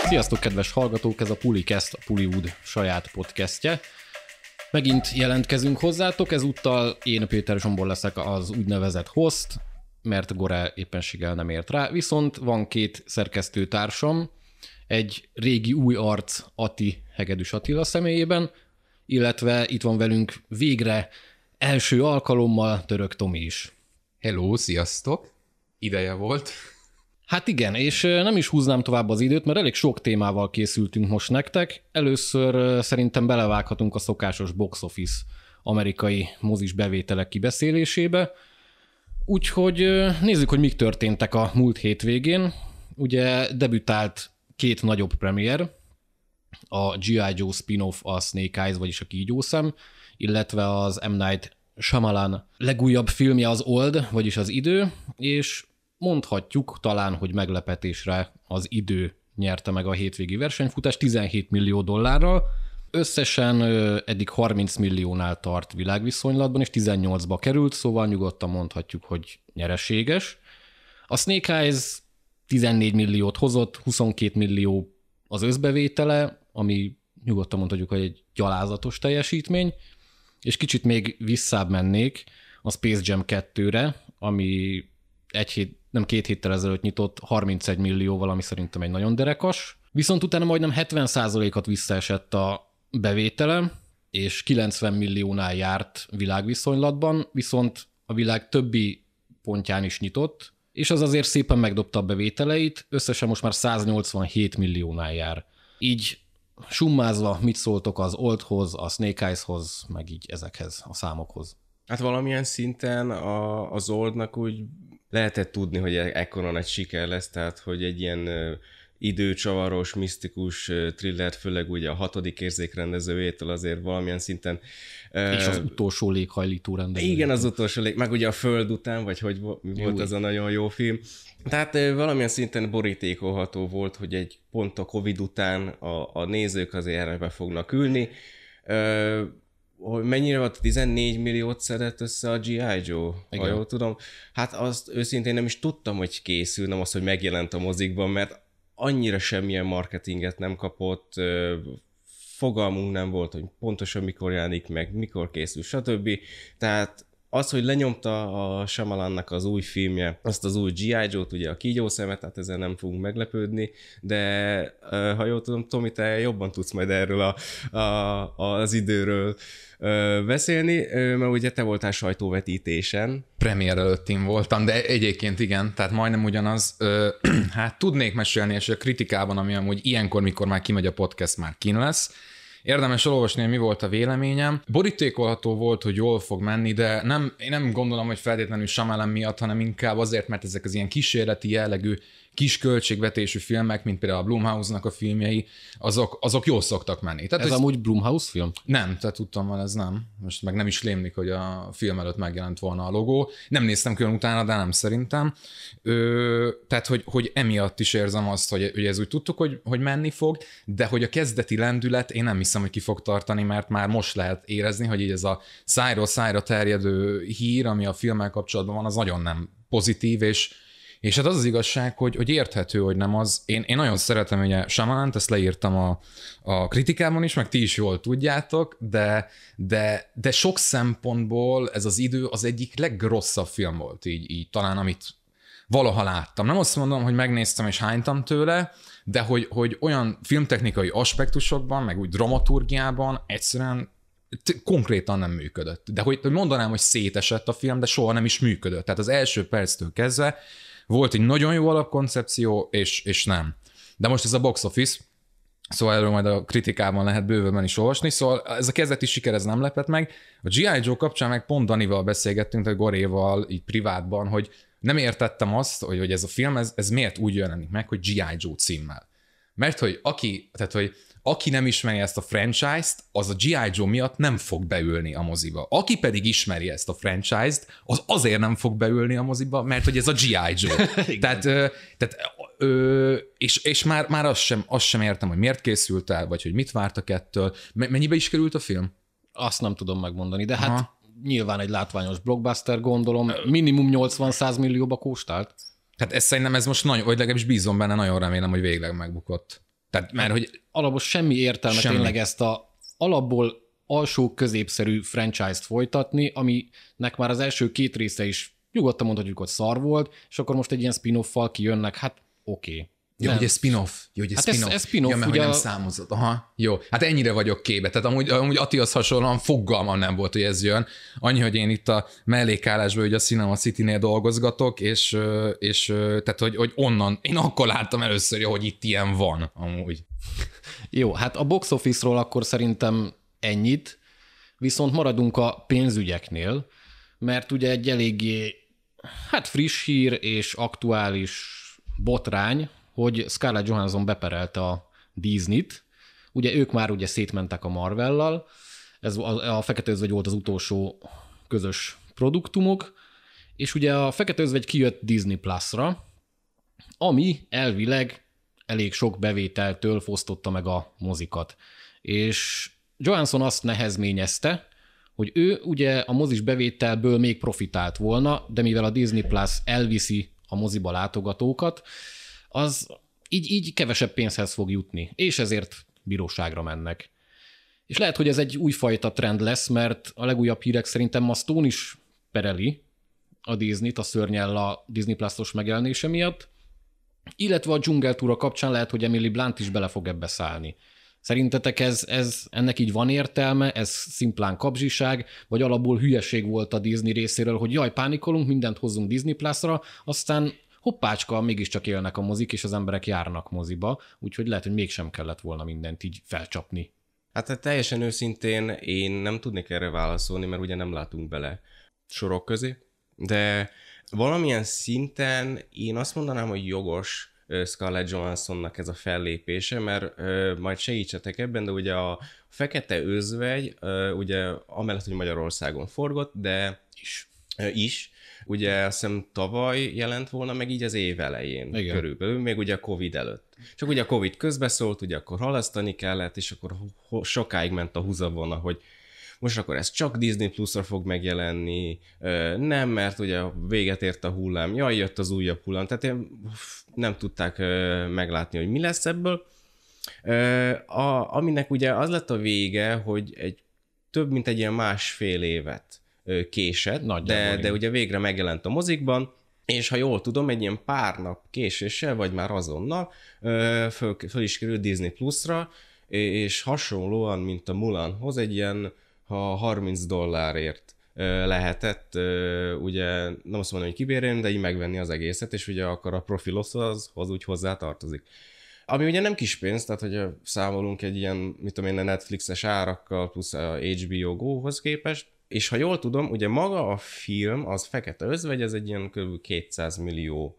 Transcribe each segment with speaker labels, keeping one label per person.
Speaker 1: Sziasztok, kedves hallgatók! Ez a PuliCast, a Pullywood saját podcastje. Megint jelentkezünk hozzátok, ezúttal én, Péter Zsombor leszek az úgynevezett host, mert Gore éppenséggel nem ért rá, viszont van két szerkesztőtársam, egy régi új arc Ati, Hegedűs Attila személyében, illetve itt van velünk végre első alkalommal Török Tomi is.
Speaker 2: Hello, sziasztok! Ideje volt.
Speaker 1: Hát igen, és nem is húznám tovább az időt, mert elég sok témával készültünk most nektek. Először szerintem belevághatunk a szokásos box office amerikai mozis bevételek kibeszélésébe. Úgyhogy nézzük, hogy mik történtek a múlt hétvégén. Ugye debütált két nagyobb premier, a G.I. Joe spin-off, a Snake Eyes, vagyis a Kígyószem, illetve az M. Night Shyamalan legújabb filmje az Old, vagyis az Idő, és mondhatjuk talán, hogy meglepetésre az Idő nyerte meg a hétvégi versenyfutást 17 millió dollárral. Összesen eddig 30 milliónál tart világviszonylatban, és 18-ba került, szóval nyugodtan mondhatjuk, hogy nyereséges. A Snake Eyes 14 milliót hozott, 22 millió az összbevétele, ami nyugodtan mondhatjuk, hogy egy gyalázatos teljesítmény, és kicsit még visszább mennék a Space Jam 2-re, ami két héttel ezelőtt nyitott 31 millióval, ami szerintem egy nagyon derekas. Viszont utána majdnem 70%-at visszaesett a bevétele, és 90 milliónál járt világviszonylatban, viszont a világ többi pontján is nyitott, és az azért szépen megdobta a bevételeit, összesen most már 187 milliónál jár. Így summázva, mit szóltok az Oldhoz, a Snake Eyeshoz, meg így ezekhez a számokhoz?
Speaker 3: Hát valamilyen szinten az Oldnak úgy lehetett tudni, hogy ekkora nagy siker lesz, tehát hogy egy ilyen időcsavaros, misztikus thriller, főleg ugye a 6. érzékrendezőjétől azért valamilyen szinten...
Speaker 1: És az utolsó léghajlító rendező.
Speaker 3: Igen, az utolsó meg ugye a Föld után, vagy hogy volt az a nagyon jó film. Tehát valamilyen szinten borítékolható volt, hogy pont a Covid után a nézők azért erre be fognak ülni. Hogy mennyire volt, 14 milliót szedett össze a G.I. Joe, ha jól tudom. Hát azt őszintén nem is tudtam, hogy készül, nem az, hogy megjelent a mozikban, mert annyira semmilyen marketinget nem kapott, fogalmunk nem volt, hogy pontosan mikor jelenik meg, mikor készül, stb. Tehát az, hogy lenyomta a Shyamalannak az új filmje, azt az új G.I. Joe-t, ugye a Kígyószemet, tehát ezzel nem fogunk meglepődni, de ha jól tudom, Tomi, te jobban tudsz majd erről az időről beszélni, mert ugye te voltál sajtóvetítésen.
Speaker 2: Premier előtt én voltam, de egyébként igen, tehát majdnem ugyanaz. Hát tudnék mesélni, és a kritikában, ami amúgy ilyenkor, mikor már kimegy a podcast, már kin lesz. Érdemes olvasni, hogy mi volt a véleményem. Borítékolható volt, hogy jól fog menni, de én nem gondolom, hogy feltétlenül Shyamalan miatt, hanem inkább azért, mert ezek az ilyen kísérleti jellegű, kis költségvetésű filmek, mint például a Blumhouse-nak a filmjei, azok jól szoktak menni. Tehát,
Speaker 1: ez amúgy Blumhouse film?
Speaker 2: Nem, tehát tudtam, hogy ez nem. Most meg nem is lémlik, hogy a film előtt megjelent volna a logó. Nem néztem külön utána, de nem szerintem. Tehát, hogy emiatt is érzem azt, hogy ez úgy tudtuk, hogy menni fog, de hogy a kezdeti lendület én nem hiszem, hogy ki fog tartani, mert már most lehet érezni, hogy így ez a szájról szájra terjedő hír, ami a filmmel kapcsolatban van, az nagyon nem pozitív, és hát az igazság, hogy érthető, hogy nem az. Én nagyon szeretem ugye Shyamalant, ezt leírtam a kritikában is, meg ti is jól tudjátok, de sok szempontból ez az Idő az egyik legrosszabb film volt, így talán, amit valaha láttam. Nem azt mondom, hogy megnéztem és hánytam tőle, de hogy olyan filmtechnikai aspektusokban, meg úgy dramaturgiában egyszerűen konkrétan nem működött. De hogy mondanám, hogy szétesett a film, de soha nem is működött. Tehát az első perctől kezdve volt egy nagyon jó alapkoncepció, és nem. De most ez a box office, szóval erről majd a kritikában lehet bővebben is olvasni, szóval ez a kezdeti siker, ez nem lepett meg. A G.I. Joe kapcsán meg pont Danival beszélgettünk, tehát Goréval így privátban, hogy nem értettem azt, hogy ez a film, ez miért úgy jelenik meg, hogy G.I. Joe címmel. Mert hogy aki nem ismeri ezt a franchise-t, az a G.I. Joe miatt nem fog beülni a moziba. Aki pedig ismeri ezt a franchise-t, az azért nem fog beülni a moziba, mert hogy ez a G.I. Joe. És már azt sem értem, hogy miért készült el, vagy hogy mit vártak ettől. Mennyibe is került a film?
Speaker 1: Azt nem tudom megmondani, de hát nyilván egy látványos blockbuster, gondolom, minimum 80-100 millióba kóstált.
Speaker 2: Hát szerintem ez most nagyon, vagy legalábbis bízom benne, nagyon remélem, hogy végleg megbukott. Tehát, mert hogy
Speaker 1: alapból semmi értelme tényleg ezt a alapból alsó középszerű franchise-t folytatni, aminek már az első 2 része is nyugodtan mondhatjuk, hogy szar volt, és akkor most egy ilyen spin-off-val kijönnek, hát oké.
Speaker 2: Jó, hogy ez spin-off. Jó, hogy ez
Speaker 1: hát
Speaker 2: spin-off.
Speaker 1: Ez spin-off,
Speaker 2: ja, mert
Speaker 1: ugye
Speaker 2: hogy nem számozott. Aha, jó. Hát ennyire vagyok képbe. Tehát amúgy Attihoz hasonlóan fogalmam nem volt, hogy ez jön. Annyi, hogy én itt a mellékállásban, ugye a Cinema City-nél dolgozgatok, és tehát, hogy onnan, én akkor láttam először, hogy itt ilyen van amúgy.
Speaker 1: Jó, hát a box office-ról akkor szerintem ennyit, viszont maradunk a pénzügyeknél, mert ugye egy eléggé friss hír és aktuális botrány, hogy Scarlett Johansson beperelte a Disney-t. Ugye ők már ugye szétmentek a Marvellal, ez a Fekete Özvegy volt az utolsó közös produktumok, és ugye a Fekete Özvegy kijött Disney Plus-ra, ami elvileg elég sok bevételtől fosztotta meg a mozikat. És Johansson azt nehezményezte, hogy ő ugye a mozis bevételből még profitált volna, de mivel a Disney Plus elviszi a moziba látogatókat, az így kevesebb pénzhez fog jutni, és ezért bíróságra mennek. És lehet, hogy ez egy újfajta trend lesz, mert a legújabb hírek szerintem ma Stone is pereli a Disney-t a szörnyel a Disney Plus-os megjelenése miatt, illetve a dzsungeltúra kapcsán lehet, hogy Emily Blunt is bele fog ebbe szállni. Szerintetek ennek így van értelme, ez szimplán kapzsiság, vagy alapból hülyeség volt a Disney részéről, hogy jaj, pánikolunk, mindent hozzunk Disney Plus-ra, aztán hoppácska, mégiscsak élnek a mozik, és az emberek járnak moziba, úgyhogy lehet, hogy mégsem kellett volna mindent így felcsapni.
Speaker 3: Hát teljesen őszintén én nem tudnék erre válaszolni, mert ugye nem látunk bele sorok közé, de valamilyen szinten én azt mondanám, hogy jogos Scarlett Johanssonnak ez a fellépése, mert majd segítsetek ebben, de ugye a Fekete Özvegy, ugye amellett, hogy Magyarországon forgott, de is, ugye azt hiszem tavaly jelent volna meg így az év elején. Igen. Körülbelül, még ugye a Covid előtt. Csak ugye a Covid közbeszólt, ugye akkor halasztani kellett, és akkor sokáig ment a húzavona, hogy most akkor ez csak Disney Plus-ra fog megjelenni, nem, mert ugye véget ért a hullám, jaj, jött az újabb hullám, tehát nem tudták meglátni, hogy mi lesz ebből. Aminek ugye az lett a vége, hogy több mint egy ilyen 1,5 évet késett, de ugye végre megjelent a mozikban, és ha jól tudom, egy ilyen pár nap késéssel, vagy már azonnal föl is került Disney Plus-ra, és hasonlóan, mint a Mulanhoz, egy ilyen $30 lehetett, ugye nem azt mondom, hogy kibérelni, de így megvenni az egészet, és ugye akkor a profilhoz úgy hozzá tartozik. Ami ugye nem kis pénz, tehát hogy számolunk egy ilyen, mit tudom én, a Netflixes árakkal, plusz a HBO Go-hoz képest, és ha jól tudom, ugye maga a film, az Fekete Özvegy, ez egy ilyen kb. $200 millió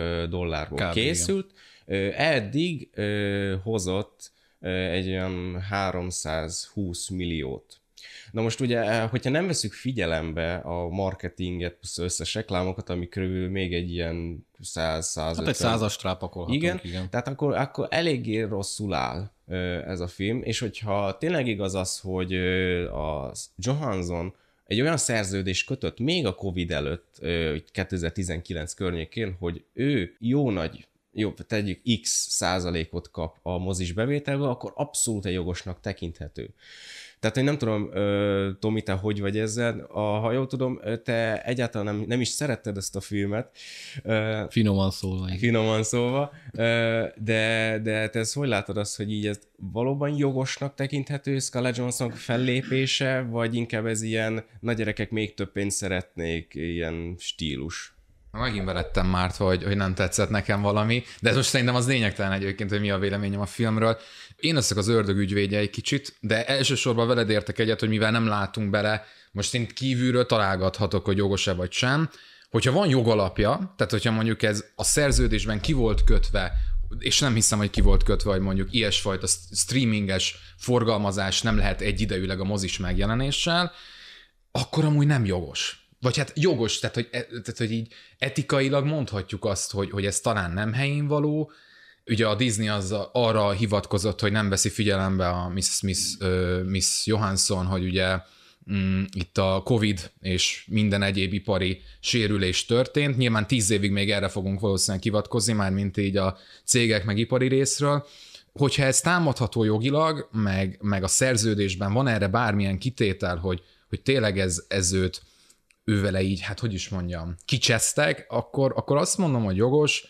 Speaker 3: készült. Eddig hozott egy olyan 320 milliót. Na most ugye, hogyha nem veszük figyelembe a marketinget, plusz összes reklámokat, ami körülbelül még egy ilyen 100-150...
Speaker 1: Hát egy 100-as rápakolhatunk,
Speaker 3: igen. Tehát akkor eléggé rosszul áll ez a film, és hogyha tényleg igaz az, hogy a Johansson egy olyan szerződést kötött még a Covid előtt, 2019 környékén, hogy ő tegyük X százalékot kap a mozis bevételből, akkor abszolút egy jogosnak tekinthető. Tehát, hogy nem tudom, Tomi, te hogy vagy ezzel? Ha jól tudom, te egyáltalán nem is szeretted ezt a filmet.
Speaker 1: Finoman szólva.
Speaker 3: Finoman szólva. De te ezt hogy látod azt, hogy így ez valóban jogosnak tekinthető Scarlett Johansson fellépése, vagy inkább ez ilyen nagy gyerekek még több pénzt szeretnék, ilyen stílus?
Speaker 2: Megint velettem már, hogy nem tetszett nekem valami, de ez most szerintem az lényegtelen egyébként, hogy mi a véleményem a filmről. Én leszek az ördög ügyvédje egy kicsit, de elsősorban veled értek egyet, hogy mivel nem látunk bele, most én kívülről találgathatok, hogy jogos-e vagy sem. Hogyha van jogalapja, tehát hogyha mondjuk ez a szerződésben ki volt kötve, és nem hiszem, hogy ki volt kötve, hogy mondjuk ilyesfajta streaminges forgalmazás nem lehet egyidejűleg a mozis megjelenéssel, akkor amúgy nem jogos. Vagy hát jogos, tehát hogy így etikailag mondhatjuk azt, hogy ez talán nem helyén való. Ugye a Disney arra hivatkozott, hogy nem veszi figyelembe a Miss Johansson, hogy ugye itt a Covid és minden egyéb ipari sérülés történt. Nyilván 10 évig még erre fogunk valószínűleg hivatkozni, már mint így a cégek meg ipari részről. hogyha ez támadható jogilag, meg a szerződésben van erre bármilyen kitétel, hogy tényleg ez ő vele így, hát hogy is mondjam, kicsesztek, akkor azt mondom, hogy jogos,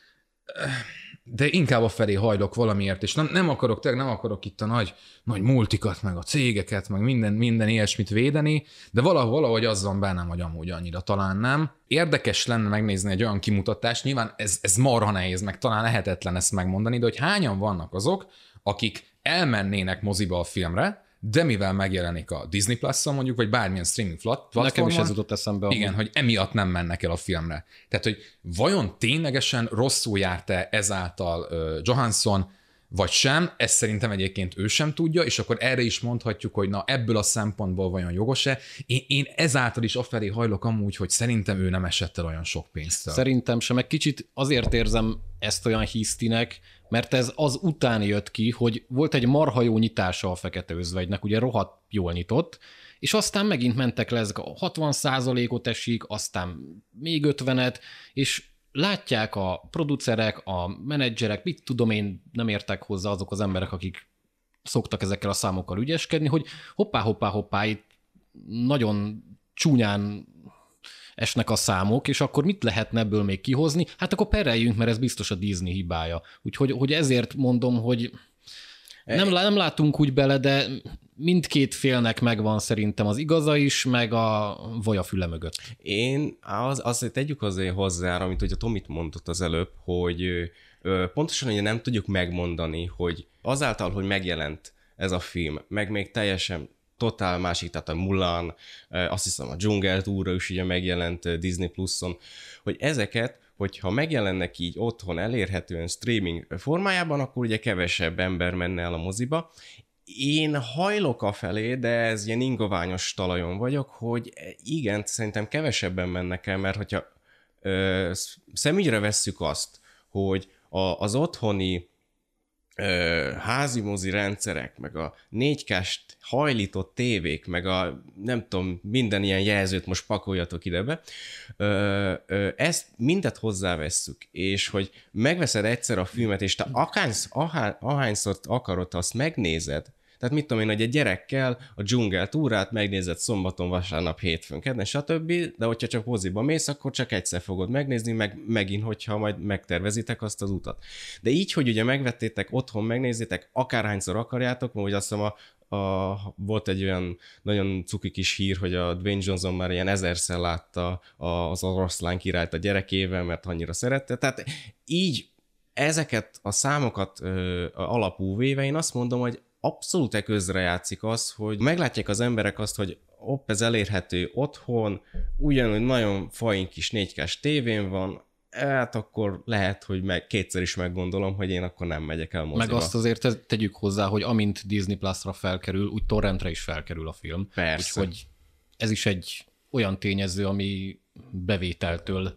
Speaker 2: de inkább afelé hajlok valamiért, és nem akarok itt a nagy multikat, meg a cégeket, meg minden ilyesmit védeni, de valahogy az van bennem, hogy amúgy annyira talán nem. Érdekes lenne megnézni egy olyan kimutatást, nyilván ez marha nehéz, meg talán lehetetlen ezt megmondani, de hogy hányan vannak azok, akik elmennének moziba a filmre, de mivel megjelenik a Disney Plus-on mondjuk, vagy bármilyen streaming platformon.
Speaker 1: Nekem is ez jutott eszembe.
Speaker 2: Igen, hogy emiatt nem mennek el a filmre. Tehát, hogy vajon ténylegesen rosszul járt-e ezáltal Johansson, vagy sem, ezt szerintem egyébként ő sem tudja, és akkor erre is mondhatjuk, hogy na ebből a szempontból vajon jogos-e. Én ezáltal is afelé hajlok amúgy, hogy szerintem ő nem esett el olyan sok pénztől.
Speaker 1: Szerintem sem, meg kicsit azért érzem ezt olyan hisztinek, mert ez az után jött ki, hogy volt egy marha jó nyitása a Fekete Özvegynek, ugye rohadt jól nyitott, és aztán megint mentek le, ezek a 60%-ot esik, aztán még 50-et, és látják a producerek, a menedzserek, mit tudom én, nem értek hozzá azok az emberek, akik szoktak ezekkel a számokkal ügyeskedni, hogy hoppá, itt nagyon csúnyán esnek a számok, és akkor mit lehetne ebből még kihozni? Hát akkor pereljünk, mert ez biztos a Disney hibája. Úgyhogy ezért mondom, hogy nem látunk úgy bele, de mindkét félnek megvan szerintem az igaza is, meg a vaj a füle mögött.
Speaker 3: Én azt tegyük azért hozzá, amit ugye Tomit mondott az előbb, hogy pontosan ugye nem tudjuk megmondani, hogy azáltal, hogy megjelent ez a film, meg még teljesen totál másik, tehát a Mulan, azt hiszem a Dzsungeltúra is ugye megjelent Disney Pluson, hogy ezeket, hogyha megjelennek így otthon elérhetően streaming formájában, akkor ugye kevesebb ember menne el a moziba. Én hajlok afelé, de ez ilyen ingoványos talajon vagyok, hogy igen, szerintem kevesebben mennek el, mert hogyha szemügyre vesszük azt, hogy az otthoni házi mozi rendszerek, meg a 4K-s hajlított tévék, meg a nem tudom, minden ilyen jelzőt most pakoljatok idebe, ezt mindet hozzávesszük, és hogy megveszed egyszer a filmet, és te ahányszor akarod, azt megnézed, tehát mit tudom én, hogy egy gyerekkel a Dzsungeltúrát megnézed szombaton, vasárnap, hétfőn, kedden, stb., de hogyha csak moziba mész, akkor csak egyszer fogod megnézni, meg megint, hogyha majd megtervezitek azt az utat. De így, hogy ugye megvettétek, otthon megnézitek, akárhányszor akarjátok, hogy azt hiszem volt egy olyan nagyon cuki kis hír, hogy a Dwayne Johnson már ilyen 1000-szer látta az Oroszlán királyt a gyerekével, mert annyira szerette. Tehát így ezeket a számokat alapul véve én azt mondom, hogy abszolút közrejátszik az, hogy meglátják az emberek azt, hogy ez elérhető otthon, ugyanúgy nagyon fain kis 4K-s tévén van, hát akkor lehet, hogy kétszer is meggondolom, hogy én akkor nem megyek el moziba.
Speaker 1: Meg azt azért tegyük hozzá, hogy amint Disney Plus-ra felkerül, úgy torrentre is felkerül a film.
Speaker 3: Persze.
Speaker 1: Úgyhogy ez is egy olyan tényező, ami bevételtől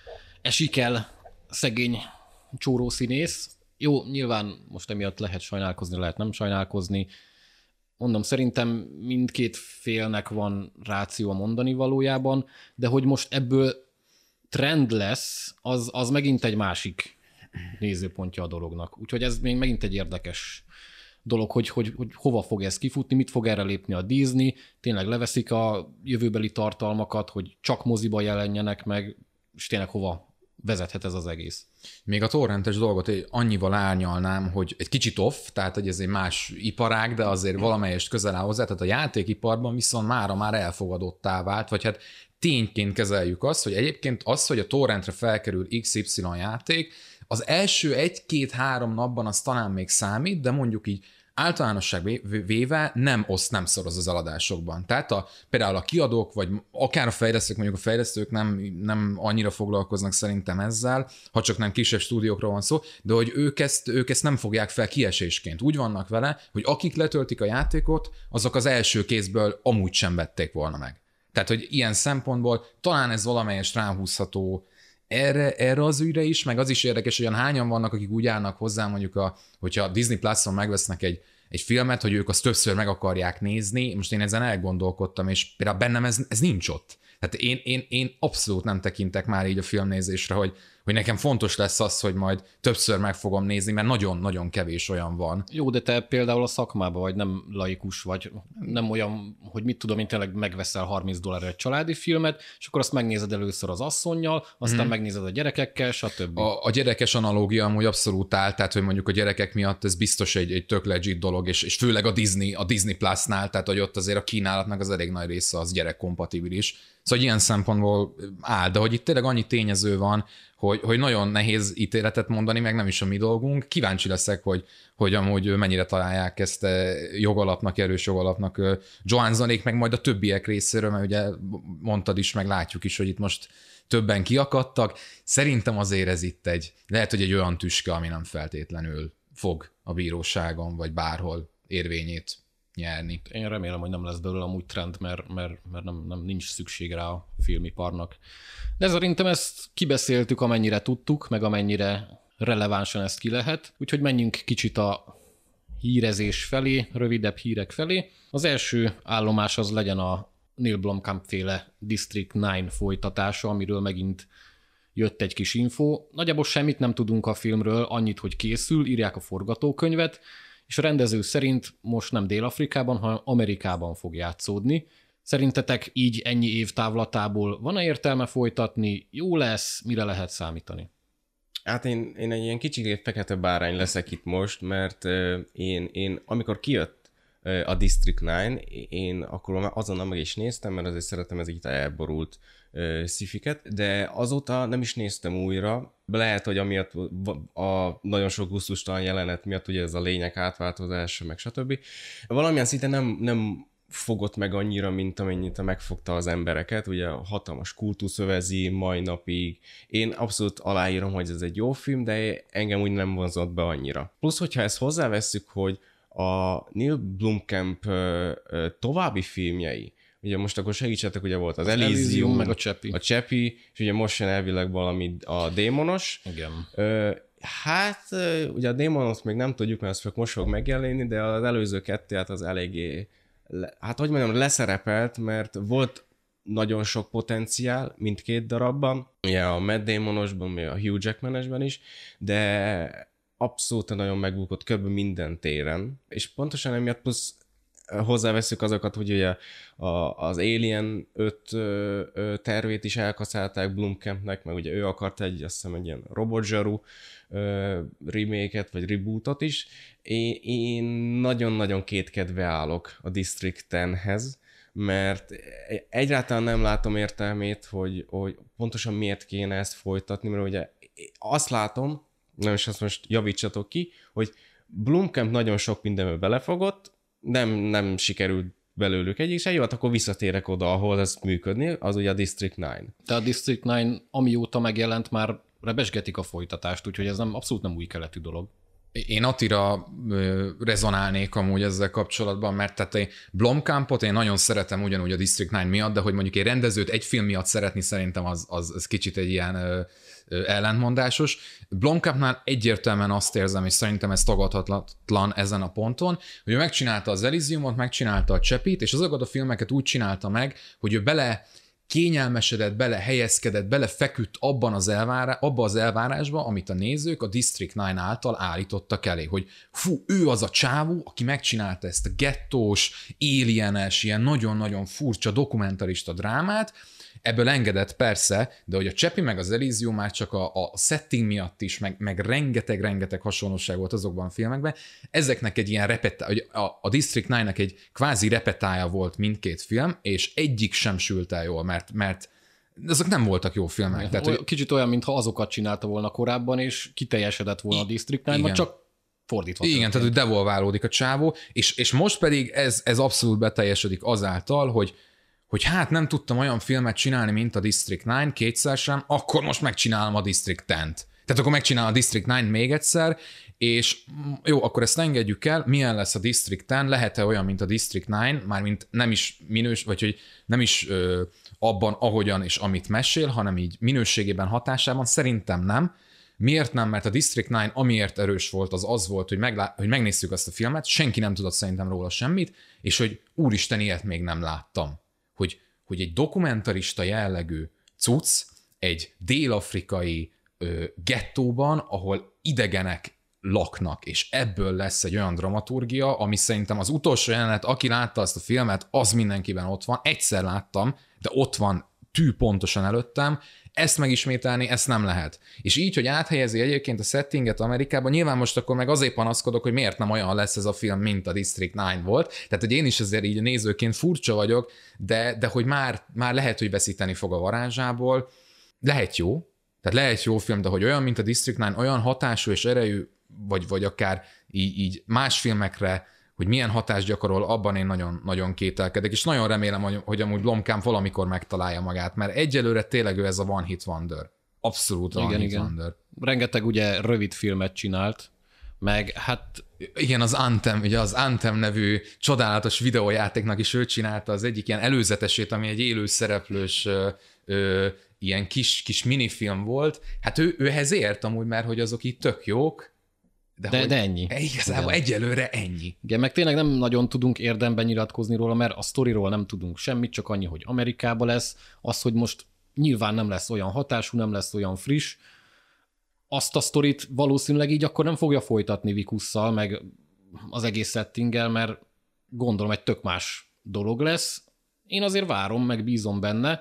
Speaker 1: esik el szegény csórószínész. Jó, nyilván most emiatt lehet sajnálkozni, lehet nem sajnálkozni. Mondom, szerintem mindkét félnek van ráció a mondani valójában, de hogy most ebből trend lesz, az megint egy másik nézőpontja a dolognak. Úgyhogy ez még megint egy érdekes dolog, hogy hova fog ez kifutni, mit fog erre lépni a Disney, tényleg leveszik a jövőbeli tartalmakat, hogy csak moziba jelenjenek meg, és tényleg hova vezethet ez az egész.
Speaker 2: Még a torrentes dolgot annyival árnyalnám, hogy egy kicsit off, tehát hogy ez egy más iparág, de azért valamelyest közel áll hozzá, tehát a játékiparban viszont már elfogadottá vált, vagy hát tényként kezeljük azt, hogy egyébként az, hogy a torrentre felkerül XY játék, az első 1-2-3 napban az talán még számít, de mondjuk így általánosság véve nem szoroz az eladásokban. Tehát például a kiadók, vagy akár a fejlesztők, mondjuk a fejlesztők nem annyira foglalkoznak szerintem ezzel, ha csak nem kisebb stúdiókról van szó, de hogy ők ezt nem fogják fel kiesésként. Úgy vannak vele, hogy akik letöltik a játékot, azok az első kézből amúgy sem vették volna meg. Tehát, hogy ilyen szempontból talán ez valamelyest ráhúzható erre az ügyre is, meg az is érdekes, hogy olyan hányan vannak, akik úgy állnak hozzá, mondjuk, hogyha a Disney Plus-on megvesznek egy filmet, hogy ők azt többször meg akarják nézni. Most én ezen elgondolkodtam, és például bennem ez nincs ott. Tehát én abszolút nem tekintek már így a filmnézésre, hogy nekem fontos lesz az, hogy majd többször meg fogom nézni, mert nagyon-nagyon kevés olyan van.
Speaker 1: Jó, de te például a szakmában vagy, nem laikus vagy, nem olyan, hogy mit tudom, én tényleg megveszel $30 egy családi filmet, és akkor azt megnézed először az asszonnyal, aztán megnézed a gyerekekkel, stb.
Speaker 2: A gyerekes analógia amúgy abszolút áll, tehát hogy mondjuk a gyerekek miatt ez biztos egy tök legit dolog, és főleg a Disney Plus-nál, tehát hogy ott azért a kínálatnak az elég nagy része az gyerekkompatibilis. Szóval ilyen szempontból áll, de hogy itt tényleg annyi tényező van, hogy nagyon nehéz ítéletet mondani, meg nem is a mi dolgunk. Kíváncsi leszek, hogy amúgy mennyire találják ezt jogalapnak, erős jogalapnak Johanssonék, meg majd a többiek részéről, mert ugye mondtad is, meg látjuk is, hogy itt most többen kiakadtak. Szerintem azért ez itt lehet, hogy egy olyan tüske, ami nem feltétlenül fog a bíróságon, vagy bárhol érvényét nyerni.
Speaker 1: Én remélem, hogy nem lesz belőle amúgy trend, mert nem nincs szükség rá a filmiparnak. De szerintem ezt kibeszéltük, amennyire tudtuk, meg amennyire relevánsan ezt ki lehet. Úgyhogy menjünk kicsit a hírezés felé, rövidebb hírek felé. Az első állomás az legyen a Neil Blomkamp féle District 9 folytatása, amiről megint jött egy kis info. Nagyjából semmit nem tudunk a filmről, annyit, hogy készül, írják a forgatókönyvet, és a rendező szerint most nem Dél-Afrikában, hanem Amerikában fog játszódni. Szerintetek így ennyi év távlatából van-e értelme folytatni? Jó lesz? Mire lehet számítani?
Speaker 3: Hát én egy ilyen kicsit fekete bárány leszek itt most, mert én amikor kijött a District 9, én akkor azonnal meg is néztem, mert azért szeretem ez így elborult sci-fiket, de azóta nem is néztem újra. Lehet, hogy amiatt a nagyon sok gusztustalan jelenet miatt ugye ez a lények átváltozása, meg stb. Valamilyen szinten nem fogott meg annyira, mint amennyit megfogta az embereket. Ugye a hatalmas kultusz övezi mai napig. Én abszolút aláírom, hogy ez egy jó film, de engem úgy nem vonzott be annyira. Plusz, hogyha ezt hozzávesszük, hogy a Neil Blomkamp további filmjei, ugye most akkor segítsetek, ugye volt az Elysium,
Speaker 1: meg a
Speaker 3: Chappie, és ugye most jön elvileg valami a Démonos.
Speaker 1: Igen.
Speaker 3: Hát, ugye a Démonos még nem tudjuk, mert az most fog megjelenni, de az előző kettő hát az eléggé, hát hogy mondjam, leszerepelt, mert volt nagyon sok potenciál mindkét darabban, ugye a Matt Damonosban, még a Hugh Jackmanesben is, de abszolút nagyon megbukott kb. Minden téren, és pontosan emiatt plusz hozzáveszünk azokat, hogy ugye az Alien 5 tervét is elkaszálták Blomkampnek, meg ugye ő akart azt hiszem egy ilyen robotzsaru remake-et, vagy rebootot is. Én nagyon-nagyon kétkedve állok a District 10-hez, mert egyáltalán nem látom értelmét, hogy pontosan miért kéne ezt folytatni, mert ugye azt látom, nem is azt most javítsatok ki, hogy Blomkamp nagyon sok mindenbe belefogott, nem sikerült belőlük egyik se, jó, hát akkor visszatérek oda, ahol ez működni, az ugye a District 9.
Speaker 1: De a District 9 amióta megjelent, már rebesgetik a folytatást, úgyhogy ez abszolút nem új keletű dolog.
Speaker 2: Én Attira rezonálnék amúgy ezzel kapcsolatban, mert tehát Blomkampot én nagyon szeretem ugyanúgy a District 9 miatt, de hogy mondjuk egy rendezőt egy film miatt szeretni szerintem az kicsit egy ilyen ellentmondásos. Blomkampnál egyértelműen azt érzem, és szerintem ez tagadhatatlan ezen a ponton, hogy ő megcsinálta az Elysiumot, megcsinálta a Chappie-t, és azokat a filmeket úgy csinálta meg, hogy ő bele kényelmesedett, bele helyezkedett, bele feküdt abba az elvárásba, amit a nézők a District 9 által állítottak elé, hogy fú, ő az a csávó, aki megcsinálta ezt a gettós, alienes, ilyen nagyon-nagyon furcsa dokumentarista drámát, ebből engedett persze, de hogy a Chappie meg az Elysium már csak a setting miatt is, meg rengeteg hasonlóság volt azokban a filmekben, ezeknek egy ilyen a District 9-nek egy kvázi repetája volt mindkét film, és egyik sem sült el jól, mert azok nem voltak jó filmek. Tehát, hogy...
Speaker 1: Kicsit olyan, mintha azokat csinálta volna korábban, és kiteljesedett volna a District 9, csak fordítva.
Speaker 2: Igen, tehát hogy devolválódik a csávó, és most pedig ez abszolút beteljesedik azáltal, hogy hát nem tudtam olyan filmet csinálni, mint a District 9, kétszer sem, akkor most megcsinálom a District 10-t. Tehát akkor megcsinálom a District 9 még egyszer, és jó, akkor ezt engedjük el, milyen lesz a District 10, lehet-e olyan, mint a District 9, mármint nem is vagy hogy nem is abban, ahogyan és amit mesél, hanem így minőségében, hatásában, szerintem nem. Miért nem? Mert a District 9 amiért erős volt, az volt, hogy megnéztük azt a filmet, senki nem tudott szerintem róla semmit, és hogy úristen, ilyet még nem láttam. Hogy egy dokumentarista jellegű cucc, egy dél-afrikai gettóban, ahol idegenek laknak, és ebből lesz egy olyan dramaturgia, ami szerintem az utolsó jelenet, aki látta azt a filmet, az mindenkiben ott van. Egyszer láttam, de ott van pontosan előttem, ezt megismételni, ezt nem lehet. És így, hogy áthelyezi egyébként a settinget Amerikában, nyilván most akkor meg azért panaszkodok, hogy miért nem olyan lesz ez a film, mint a District 9 volt. Tehát, hogy én is azért így nézőként furcsa vagyok, de hogy már lehet, hogy veszíteni fog a varázsából. Lehet jó. Tehát lehet jó film, de hogy olyan, mint a District 9, olyan hatású és erejű, vagy akár így más filmekre, hogy milyen hatást gyakorol, abban én nagyon, nagyon kételkedek, és nagyon remélem, hogy amúgy Blomkamp valamikor megtalálja magát, mert egyelőre tényleg ő ez a one hit wonder. Abszolút one hit wonder.
Speaker 1: Rengeteg ugye rövid filmet csinált, meg hát...
Speaker 2: Igen, az Anthem, ugye az Anthem nevű csodálatos videójátéknak is ő csinálta az egyik ilyen előzetesét, ami egy élő szereplős ilyen kis minifilm volt. Hát ő ehhez ért amúgy, mert hogy azok itt tök jók, de
Speaker 1: ennyi.
Speaker 2: Igazából egyelőre ennyi.
Speaker 1: Igen, meg tényleg nem nagyon tudunk érdemben nyilatkozni róla, mert a sztoriról nem tudunk semmit, csak annyi, hogy Amerikában lesz. Az, hogy most nyilván nem lesz olyan hatású, nem lesz olyan friss. Azt a sztorit valószínűleg így akkor nem fogja folytatni Vikusszal, meg az egész settinggel, mert gondolom egy tök más dolog lesz. Én azért várom, meg bízom benne,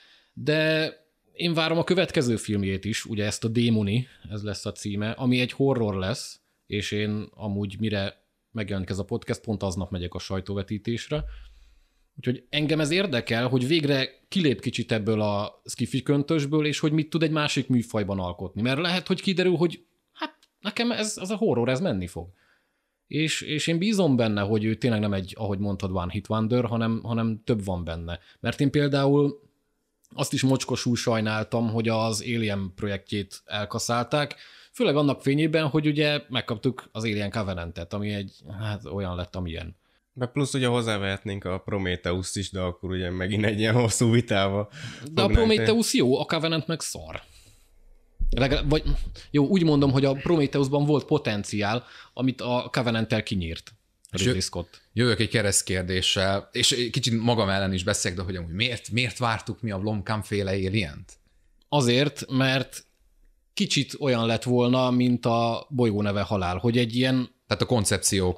Speaker 1: de én várom a következő filmjét is, ugye ezt a Démoni, ez lesz a címe, ami egy horror lesz, és én amúgy mire megjelenik ez a podcast, pont aznap megyek a sajtóvetítésre. Úgyhogy engem ez érdekel, hogy végre kilép kicsit ebből a sci-fi köntösből, és hogy mit tud egy másik műfajban alkotni. Mert lehet, hogy kiderül, hogy hát nekem ez a horror, ez menni fog. És én bízom benne, hogy ő tényleg nem egy, ahogy mondtad, one hit wonder, hanem több van benne. Mert én például azt is mocskosul sajnáltam, hogy az Alien projektjét elkaszálták, főleg annak fényében, hogy ugye megkaptuk az Alien Covenantet, ami egy, hát olyan lett, amilyen.
Speaker 3: De plusz ugye hozzávehetnénk a Prometheus-t is, de akkor ugye megint egy ilyen hosszú vitába.
Speaker 1: De a Prometheus jó, a Covenant meg szar. Vagy, jó, úgy mondom, hogy a Prometheusban volt potenciál, amit a Covenant-tel kinyírt. Ridley Scott.
Speaker 2: Jövök egy keresztkérdéssel, és kicsit magam ellen is beszélek, de hogy amúgy miért vártuk mi a Blomkamp-féle Alient?
Speaker 1: Azért, mert kicsit olyan lett volna, mint a Bolygó neve halál, hogy egy ilyen...
Speaker 2: Tehát a koncepció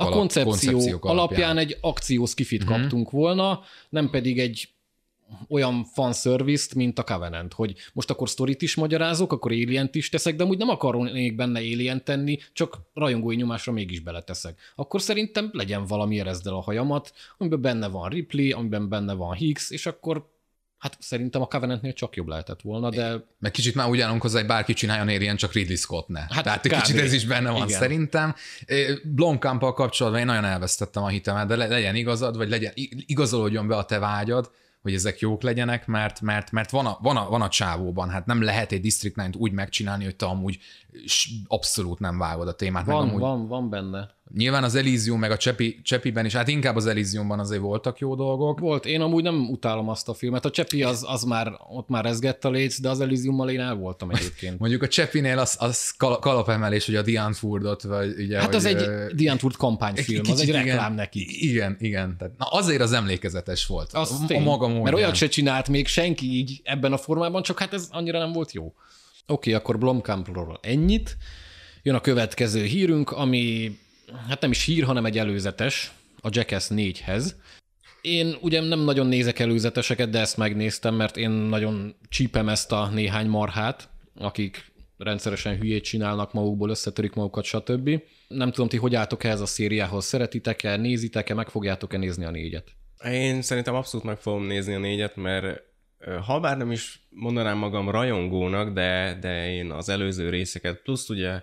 Speaker 1: alapján egy akciós kifit kaptunk volna, nem pedig egy olyan fanservice-t, mint a Covenant, hogy most akkor sztorit is magyarázok, akkor Alient is teszek, de amúgy nem akarnék benne Alien tenni, csak rajongói nyomásra mégis beleteszek. Akkor szerintem legyen valami, erezd el a hajamat, amiben benne van Ripley, amiben benne van Higgs, és akkor hát szerintem a Covenantnél csak jobb lehetett volna, de...
Speaker 2: Meg kicsit már úgy állunk hozzá, hogy bárki csináljon Alien, csak Ridley Scott ne.
Speaker 1: Hát
Speaker 2: tehát kicsit ez is benne van, igen. Szerintem. Blomkamppal kapcsolatban én nagyon elvesztettem a hitemet, de legyen igazad, vagy igazolódjon be a te vágyad, hogy ezek jók legyenek, mert van a csávóban, hát nem lehet egy District 9-t úgy megcsinálni, hogy te amúgy abszolút nem vágod a témát.
Speaker 1: Van benne.
Speaker 2: Nyilván az Elysium meg a Csepiben is, hát inkább az Elysiumban azért voltak jó dolgok.
Speaker 1: Volt, én amúgy nem utálom azt a filmet. A Csepi az már, ott már rezgett a léc, de az Elysiummal én el voltam egyébként.
Speaker 2: Mondjuk a Csepinél az kalapemelés, hogy a Diane Furdot, vagy ugye...
Speaker 1: Hát az egy Diane Furd kampányfilm, az egy reklám neki.
Speaker 2: Igen. Tehát, na azért az emlékezetes volt.
Speaker 1: A maga módján. Mert olyat se csinált még senki így ebben a formában, csak hát ez annyira nem volt jó. Oké, akkor Blomkampról ennyit. Jön a következő hírünk, ami hát nem is hír, hanem egy előzetes, a Jackass 4-hez. Én ugye nem nagyon nézek előzeteseket, de ezt megnéztem, mert én nagyon csípem ezt a néhány marhát, akik rendszeresen hülyét csinálnak magukból, összetörik magukat, stb. Nem tudom, ti hogy álltok ehhez a szériához, szeretitek-e, nézitek-e, meg fogjátok-e nézni a 4-et?
Speaker 3: Én szerintem abszolút meg fogom nézni a 4-et, mert ha bár nem is mondanám magam rajongónak, de én az előző részeket, plusz ugye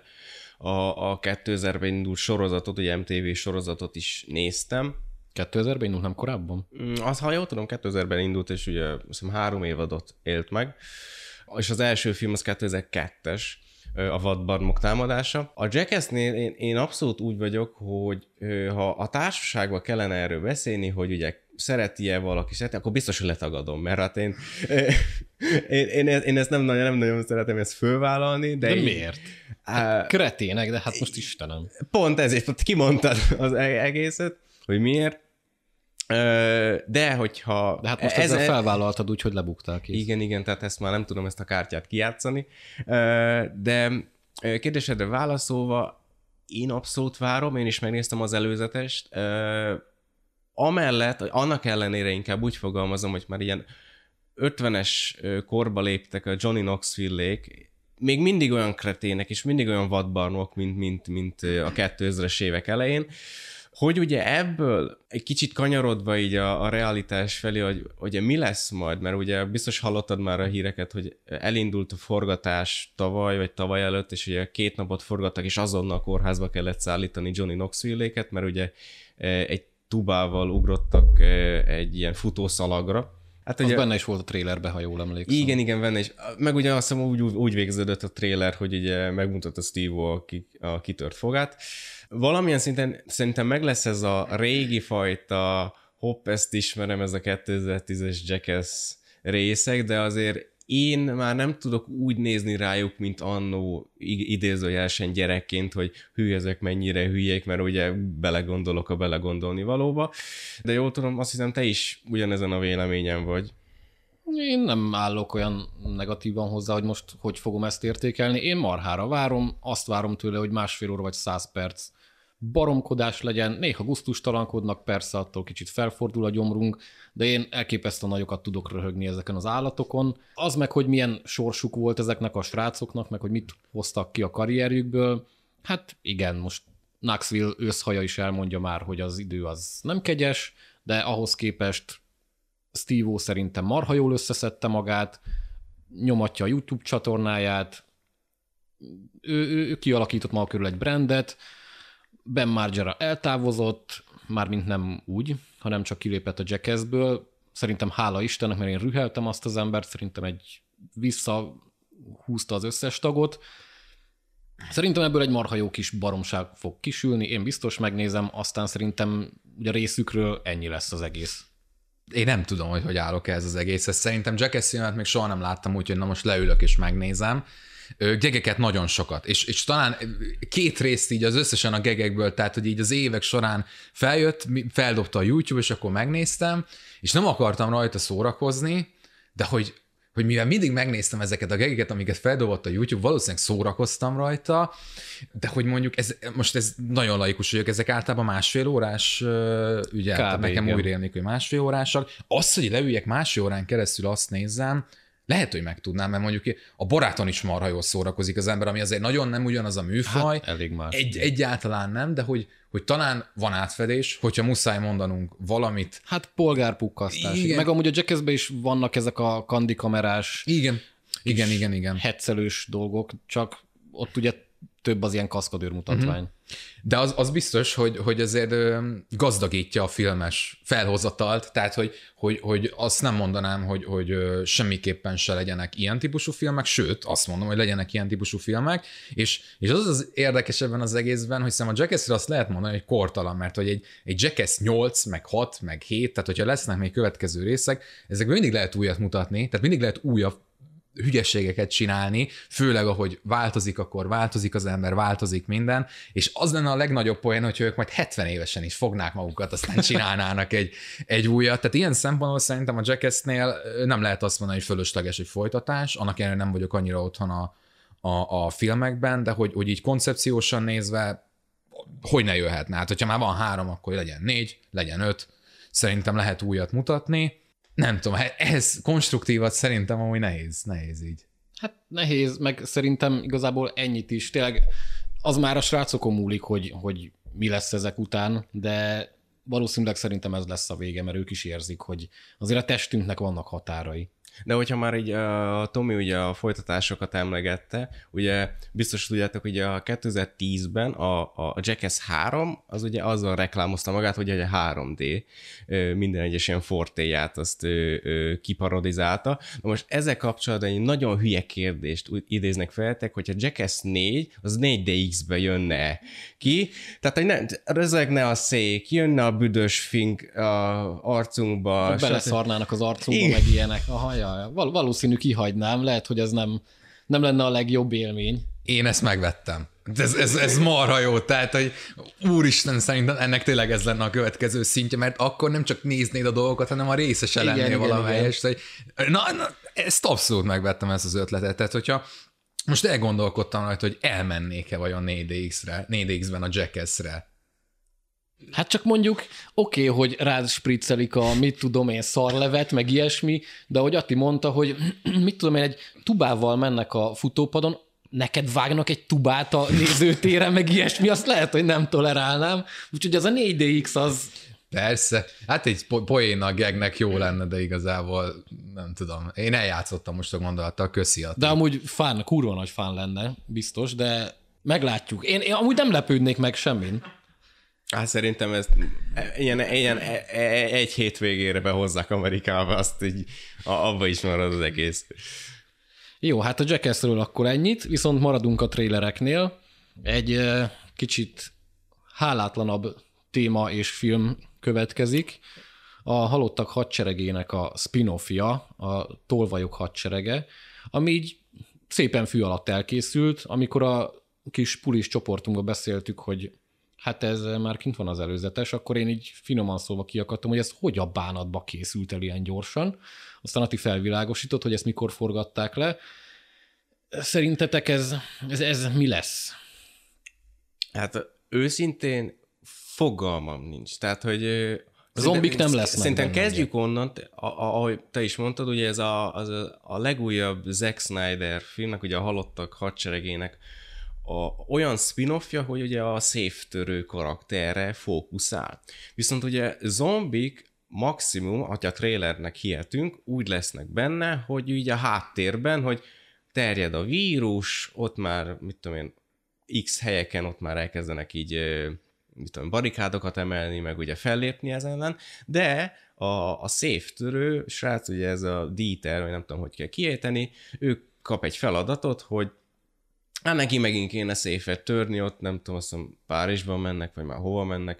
Speaker 3: a 2000-ben indult sorozatot, ugye MTV sorozatot is néztem.
Speaker 1: 2000-ben indult, nem korábban?
Speaker 3: Az, ha jól tudom, 2000-ben indult, és ugye azt hiszem 3 évadot élt meg. És az első film az 2002-es, a vadbarmok támadása. A Jackassnél én abszolút úgy vagyok, hogy ha a társaságban kellene erről beszélni, hogy ugye szereti-e valaki, akkor biztos, hogy letagadom, mert hát én ezt nem nagyon szeretem ezt fölvállalni. De
Speaker 1: miért? Kretének, de hát most Istenem.
Speaker 3: Pont ezért, kimondtad az egészet, hogy miért. De hogyha...
Speaker 1: De hát most ezzel felvállaltad úgy, hogy lebuktál ki.
Speaker 3: Igen, tehát ezt már nem tudom ezt a kártyát kijátszani. De kérdésedre válaszolva, én abszolút várom, én is megnéztem az előzetest. Annak ellenére inkább úgy fogalmazom, hogy már ilyen 50-es korba léptek a Johnny Knoxville-ék, még mindig olyan kretének és mindig olyan vadbarnok, mint a 2000-es évek elején, hogy ugye ebből egy kicsit kanyarodva így a realitás felé, hogy ugye mi lesz majd, mert ugye biztos hallottad már a híreket, hogy elindult a forgatás tavaly előtt, és ugye 2 napot forgattak, és azonnal a kórházba kellett szállítani Johnny Knoxville-éket, mert ugye egy tubával ugrottak egy ilyen futószalagra. Hát
Speaker 1: az
Speaker 3: ugye,
Speaker 1: benne is volt a trailerbe, ha jól emlékszem.
Speaker 3: Igen, benne is. Meg ugye azt hiszem úgy végződött a trailer, hogy ugye megmutatta Steve-O a kitört fogát. Valamilyen szinten szerintem meg lesz ez a régi fajta hopp, ezt ismerem, ez a 2010-es Jackass részek, de azért én már nem tudok úgy nézni rájuk, mint annó idézőjelesen gyerekként, hogy hű, ezek mennyire hülyék, mert ugye belegondolok a belegondolni valóba. De jól tudom, azt hiszem, te is ugyanezen a véleményen vagy.
Speaker 1: Én nem állok olyan negatívan hozzá, hogy most hogy fogom ezt értékelni. Én marhára várom, azt várom tőle, hogy 1,5 óra vagy 100 perc baromkodás legyen, néha gusztustalankodnak, persze attól kicsit felfordul a gyomrunk, de én elképesztően nagyokat tudok röhögni ezeken az állatokon. Az meg, hogy milyen sorsuk volt ezeknek a srácoknak, meg hogy mit hoztak ki a karrierjükből, hát igen, most Knoxville őszhaja is elmondja már, hogy az idő az nem kegyes, de ahhoz képest Steve-O szerintem marha jól összeszedte magát, nyomatja a YouTube csatornáját, ő kialakított maga körül egy brandet, Ben Margera eltávozott, mármint nem úgy, hanem csak kilépett a Jackassből. Szerintem hála Istennek, mert én rüheltem azt az embert, szerintem visszahúzta az összes tagot. Szerintem ebből egy marha jó kis baromság fog kisülni, én biztos megnézem, aztán szerintem ugye részükről ennyi lesz az egész.
Speaker 2: Én nem tudom, hogy állok ez az egész. Szerintem Jackass filmet még soha nem láttam, úgyhogy na most leülök és megnézem. Gegeket nagyon sokat, és talán 2 részt így az összesen a gegekből, tehát hogy így az évek során feldobta a YouTube, és akkor megnéztem, és nem akartam rajta szórakozni, de hogy mivel mindig megnéztem ezeket a gegeket, amiket feldobott a YouTube, valószínűleg szórakoztam rajta, de hogy mondjuk ez nagyon laikus vagyok, ezek általában 1,5 órás ügyet, nekem úgy rémlik, hogy 1,5 órásak. Az, hogy leüljek 1,5 órán keresztül azt nézzem, lehet, hogy meg tudnám, mert mondjuk a Baráton is marha jól szórakozik az ember, ami azért nagyon nem ugyanaz a műfaj.
Speaker 1: Hát, elég más.
Speaker 2: Egyáltalán nem, de hogy talán van átfedés, hogyha muszáj mondanunk valamit.
Speaker 1: Hát polgárpukkasztás.
Speaker 2: Igen.
Speaker 1: Meg amúgy a Jackassben is vannak ezek a kandikamerás,
Speaker 2: Igen.
Speaker 1: hetszelős dolgok, csak ott ugye több az ilyen kaszkadőr mutatvány.
Speaker 2: De az biztos, hogy azért gazdagítja a filmes felhozatalt, tehát hogy azt nem mondanám, hogy semmiképpen se legyenek ilyen típusú filmek, sőt, azt mondom, hogy legyenek ilyen típusú filmek, és az érdekes ebben az egészben, hogy szerintem a Jackassre azt lehet mondani, hogy kortalan, mert hogy egy Jackass 8, meg 6, meg 7, tehát hogyha lesznek még következő részek, ezekben mindig lehet újat mutatni, tehát mindig lehet újabb hülyességeket csinálni, főleg ahogy változik, akkor változik az ember, változik minden, és az lenne a legnagyobb poén, hogy ők majd 70 évesen is fognák magukat, aztán csinálnának egy újat. Tehát ilyen szempontból szerintem a Jackassnél nem lehet azt mondani, hogy fölösleges egy folytatás, annak ellenére nem vagyok annyira otthon a filmekben, de hogy így koncepciósan nézve, hogy ne jöhetne. Hát, hogyha már van 3, akkor legyen 4, legyen 5, szerintem lehet újat mutatni. Nem tudom, ehhez konstruktívat szerintem amúgy nehéz így.
Speaker 1: Hát nehéz, meg szerintem igazából ennyit is. Tényleg az már a srácokon múlik, hogy mi lesz ezek után, de valószínűleg szerintem ez lesz a vége, mert ők is érzik, hogy azért a testünknek vannak határai.
Speaker 3: De hogyha már így a Tomi ugye a folytatásokat emlegette, ugye biztos tudjátok, hogy a 2010-ben a Jackass 3, az ugye azzal reklámozta magát, hogy egy 3D, minden egyes ilyen fortéját azt kiparodizálta. Na most ezzel kapcsolatban egy nagyon hülye kérdést idéznek feltek, hogyha Jackass 4, az 4DX-be jönne ki, tehát hogy nem, rözegne a szék, jönne a büdös fink a arcunkba.
Speaker 1: Beleszarnának az arcunkba, meg ilyenek. Aha, valószínű kihagynám, lehet, hogy ez nem lenne a legjobb élmény.
Speaker 2: Én ezt megvettem. Ez marha jó, tehát, hogy úristen, szerintem ennek tényleg ez lenne a következő szintje, mert akkor nem csak néznéd a dolgokat, hanem a részese lennél valamelyest. Na, ezt abszolút megvettem, ezt az ötletet. Tehát, hogyha most elgondolkodtam rajta, hogy elmennék-e vajon 4DX-ben a Jackass-re.
Speaker 1: Hát csak mondjuk oké, hogy rád spriccelik a mit tudom én szarlevet, meg ilyesmi, de ahogy Atti mondta, hogy mit tudom én, egy tubával mennek a futópadon, neked vágnak egy tubát a nézőtéren, meg ilyesmi, azt lehet, hogy nem tolerálnám. Úgyhogy az a 4DX az...
Speaker 2: Persze. Hát egy poénnak, gegnek jó lenne, de igazából nem tudom. Én eljátszottam most a gondolattal, köszi.
Speaker 1: De amúgy kurva nagy fán lenne, biztos, de meglátjuk. Én amúgy nem lepődnék meg semmin.
Speaker 3: Hát szerintem ez ilyen egy hétvégére behozzák Amerikába, azt így abba is marad az egész.
Speaker 1: Jó, hát a Jackassről akkor ennyit, viszont maradunk a trailereknél. Egy kicsit hálátlanabb téma és film következik. A Halottak hadseregének a spin-offja, a Tolvajok hadserege, ami így szépen fű alatt elkészült, amikor a kis pulis csoportunkban beszéltük, hogy hát ez már kint van az előzetes, akkor én így finoman szólva kiakadtam, hogy ez hogy a bánatba készült el ilyen gyorsan. Aztán Ati felvilágosított, hogy ezt mikor forgatták le. Szerintetek ez mi lesz?
Speaker 3: Hát őszintén fogalmam nincs. Tehát, hogy
Speaker 1: zombik nem lesznek.
Speaker 3: Szerintem kezdjük onnan, ahogy te is mondtad, ugye ez a legújabb Zack Snyder filmnek, ugye a Halottak hadseregének olyan spin-offja, hogy ugye a széftörő karakterre fókuszál. Viszont ugye zombik maximum, ha a trailernek hihetünk, úgy lesznek benne, hogy ugye a háttérben, hogy terjed a vírus, ott már, mit tudom én, X helyeken ott már elkezdenek így, mit tudom, barikádokat emelni, meg ugye fellépni ezen ellen, de a széftörő srác, ugye ez a Dieter, vagy nem tudom, hogy kell kiejteni, ő kap egy feladatot, hogy hát neki megint kéne széfet törni, ott nem tudom, azt hiszem Párizsban mennek, vagy már hova mennek.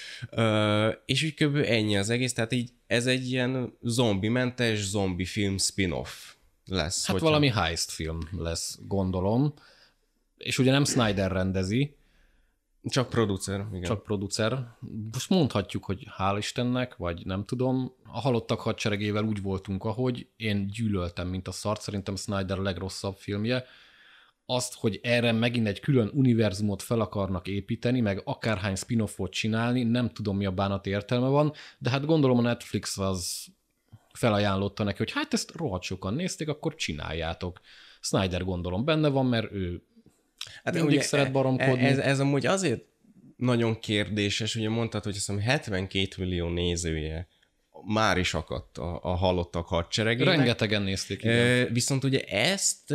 Speaker 3: És úgy kb. Ennyi az egész, tehát így ez egy ilyen zombimentes zombi film spin-off lesz.
Speaker 1: Hát valami heist film lesz, gondolom. És ugye nem Snyder rendezi.
Speaker 3: Csak producer, igen.
Speaker 1: Csak producer. Most mondhatjuk, hogy hál' Istennek, vagy nem tudom. A Halottak hadseregével úgy voltunk, ahogy én gyűlöltem, mint a szart. Szerintem Snyder a legrosszabb filmje. Azt, hogy erre megint egy külön univerzumot fel akarnak építeni, meg akárhány spin-offot csinálni, nem tudom, mi a bánat értelme van, de hát gondolom a Netflix az felajánlotta neki, hogy hát ezt rohadt sokan nézték, akkor csináljátok. Snyder gondolom benne van, mert ő hát mindig szeret baromkodni.
Speaker 3: Ez amúgy azért nagyon kérdéses, ugye mondtad, hogy azt hiszem 72 millió nézője már is akadt a Halottak hadseregének.
Speaker 1: Rengetegen nézték, igen.
Speaker 3: Viszont ugye ezt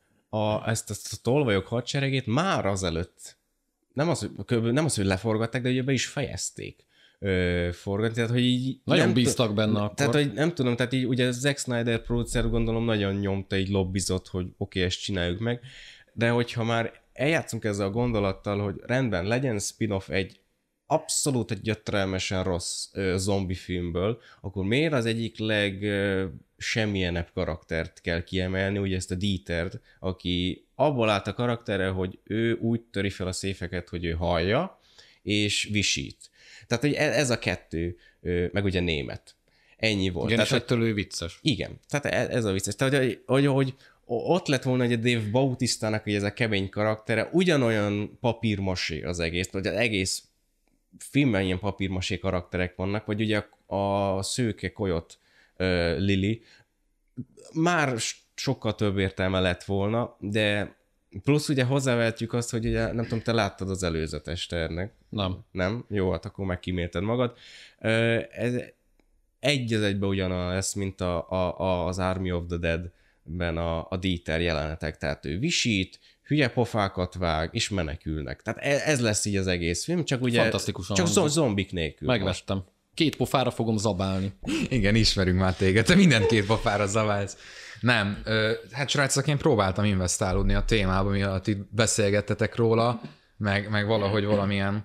Speaker 3: a Tolvajok hadseregét már azelőtt, nem az, hogy leforgatták, de ugye be is fejezték forgatni, tehát hogy így...
Speaker 1: Nagyon bíztak benne akkor.
Speaker 3: Tehát, hogy nem tudom, tehát így ugye Zack Snyder producer gondolom nagyon nyomta, így lobbizott, hogy oké, ezt csináljuk meg, de hogyha már eljátszunk ezzel a gondolattal, hogy rendben, legyen spin-off egy abszolút egy gyötrelmesen rossz zombi filmből, akkor miért az egyik semmilyenebb karaktert kell kiemelni, ugye ezt a Dietert, aki abból állt a karaktere, hogy ő úgy töri fel a széfeket, hogy ő hallja, és visít. Tehát, hogy ez a kettő, meg ugye német. Ennyi volt.
Speaker 1: Igen,
Speaker 3: tehát,
Speaker 1: és ettől ő vicces.
Speaker 3: Igen, tehát ez a vicces. Tehát, hogy ott lett volna, hogy a Dave Bautistának, hogy ez a kemény karaktere, ugyanolyan papírmasé az egész, vagy az egész filmben ilyen papírmasé karakterek vannak, vagy ugye a szőke kolyot Lili, már sokkal több értelme lett volna, de plusz ugye hozzávehetjük azt, hogy ugye, nem tudom, te láttad az előzetes ternek.
Speaker 1: Nem.
Speaker 3: Nem? Jó, hát akkor megkímélted magad. Ez egy az egybe ugyanaz lesz, mint az Army of the Dead-ben a Dieter jelenetek, tehát ő visít, hülye pofákat vág, és menekülnek. Tehát ez lesz így az egész film, csak ugye
Speaker 1: fantasztikusan
Speaker 3: csak zombik nélkül.
Speaker 1: Megvettem. Most. 2 pofára fogom zabálni.
Speaker 2: Igen, ismerünk már téged, te mindent 2 pofára zabálsz. Nem, hát srácok, én próbáltam investálódni a témába, miatt itt beszélgettetek róla, meg valahogy valamilyen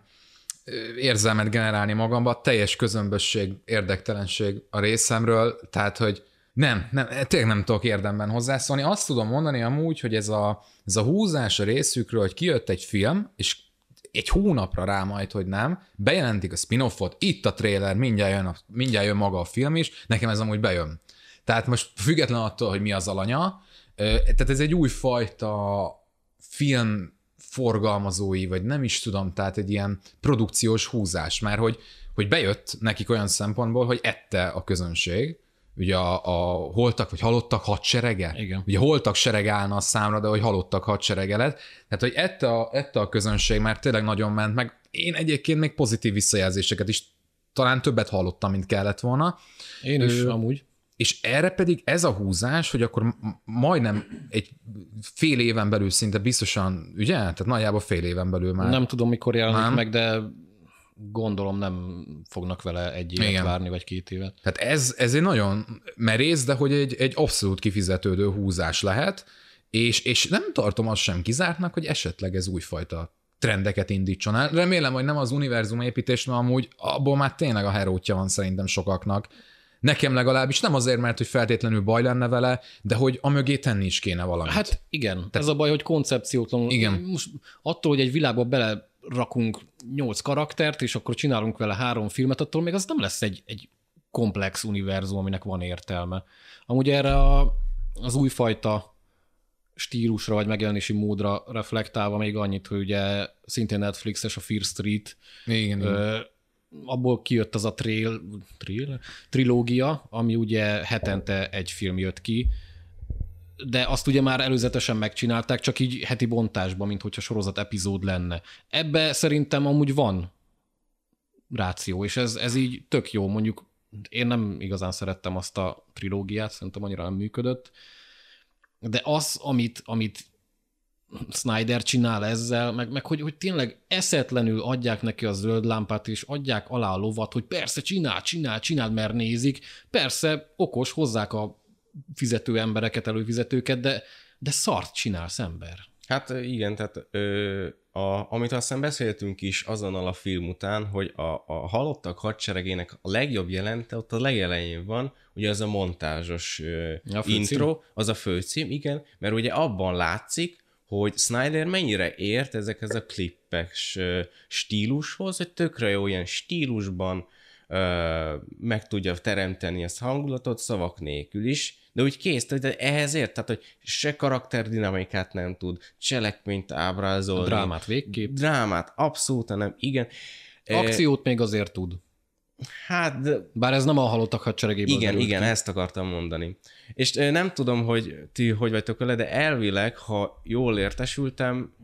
Speaker 2: érzelmet generálni magamba, teljes közömbösség, érdektelenség a részemről, tehát, hogy Nem, tényleg nem tudok érdemben hozzászólni. Azt tudom mondani amúgy, hogy ez a húzás a részükről, hogy kijött egy film, és egy hónapra rá majd, hogy nem, bejelentik a spin-offot, itt a trailer, mindjárt jön maga a film is, nekem ez amúgy bejön. Tehát most független attól, hogy mi az alanya, tehát ez egy újfajta film forgalmazói, vagy nem is tudom, tehát egy ilyen produkciós húzás, mert hogy bejött nekik olyan szempontból, hogy ette a közönség, ugye a holtak vagy halottak hadserege?
Speaker 1: Igen.
Speaker 2: Ugye holtak sereg állna a számra, de hogy halottak hadserege lett. Tehát, hogy ette a közönség, mert tényleg nagyon ment, meg én egyébként még pozitív visszajelzéseket is talán többet hallottam, mint kellett volna.
Speaker 1: Én is amúgy.
Speaker 2: És erre pedig ez a húzás, hogy akkor majdnem egy fél éven belül szinte biztosan, ugye? Tehát nagyjából fél éven belül már.
Speaker 1: Nem tudom, mikor jelenik meg, de gondolom nem fognak vele egy évet várni, vagy 2 évet.
Speaker 2: Tehát ez egy nagyon merész, de hogy egy abszolút kifizetődő húzás lehet, és nem tartom azt sem kizártnak, hogy esetleg ez újfajta trendeket indítson el. Remélem, hogy nem az univerzum építés, mert amúgy abból már tényleg a herótja van szerintem sokaknak. Nekem legalábbis nem azért, mert hogy feltétlenül baj lenne vele, de hogy amögé tenni is kéne valamit.
Speaker 1: Hát igen, tehát ez a baj, hogy koncepciótlanul.
Speaker 2: Igen.
Speaker 1: Most attól, hogy egy világba belerakunk 8 karaktert, és akkor csinálunk vele 3 filmet, attól még az nem lesz egy komplex univerzum, aminek van értelme. Amúgy erre az újfajta stílusra, vagy megjelenési módra reflektálva még annyit, hogy ugye szintén Netflixes a Fear Street,
Speaker 2: igen.
Speaker 1: Abból kijött az a trilógia, ami ugye hetente egy film jött ki, de azt ugye már előzetesen megcsinálták, csak így heti bontásban, mint hogyha sorozat epizód lenne. Ebbe szerintem amúgy van ráció, és ez így tök jó. Mondjuk én nem igazán szerettem azt a trilógiát, szerintem annyira nem működött, de az, amit Snyder csinál ezzel, meg hogy tényleg eszetlenül adják neki a zöld lámpát, és adják alá a lovat, hogy persze csináld, mert nézik. Persze okos, hozzák a fizető embereket, előfizetőket, de szart csinálsz, ember.
Speaker 3: Hát igen, tehát amit aztán beszéltünk is azonnal a film után, hogy a halottak hadseregének a legjobb jelente ott a legelején van, ugye az a montázsos intro, az a főcím, igen, mert ugye abban látszik, hogy Snyder mennyire ért ezekhez a klippes stílushoz, hogy tökre jó ilyen stílusban meg tudja teremteni ezt a hangulatot szavak nélkül is, de úgy kész, de ehhez ért, tehát hogy se karakterdinamikát nem tud, cselekményt ábrázolni.
Speaker 1: A drámát végképp.
Speaker 3: Drámát abszolút nem, igen.
Speaker 1: Akciót még azért tud.
Speaker 3: Hát, de...
Speaker 1: Bár ez nem a halottak hadseregéből.
Speaker 3: Igen, ezt akartam mondani. És nem tudom, hogy ti hogy vagytok vele, de elvileg, ha jól értesültem,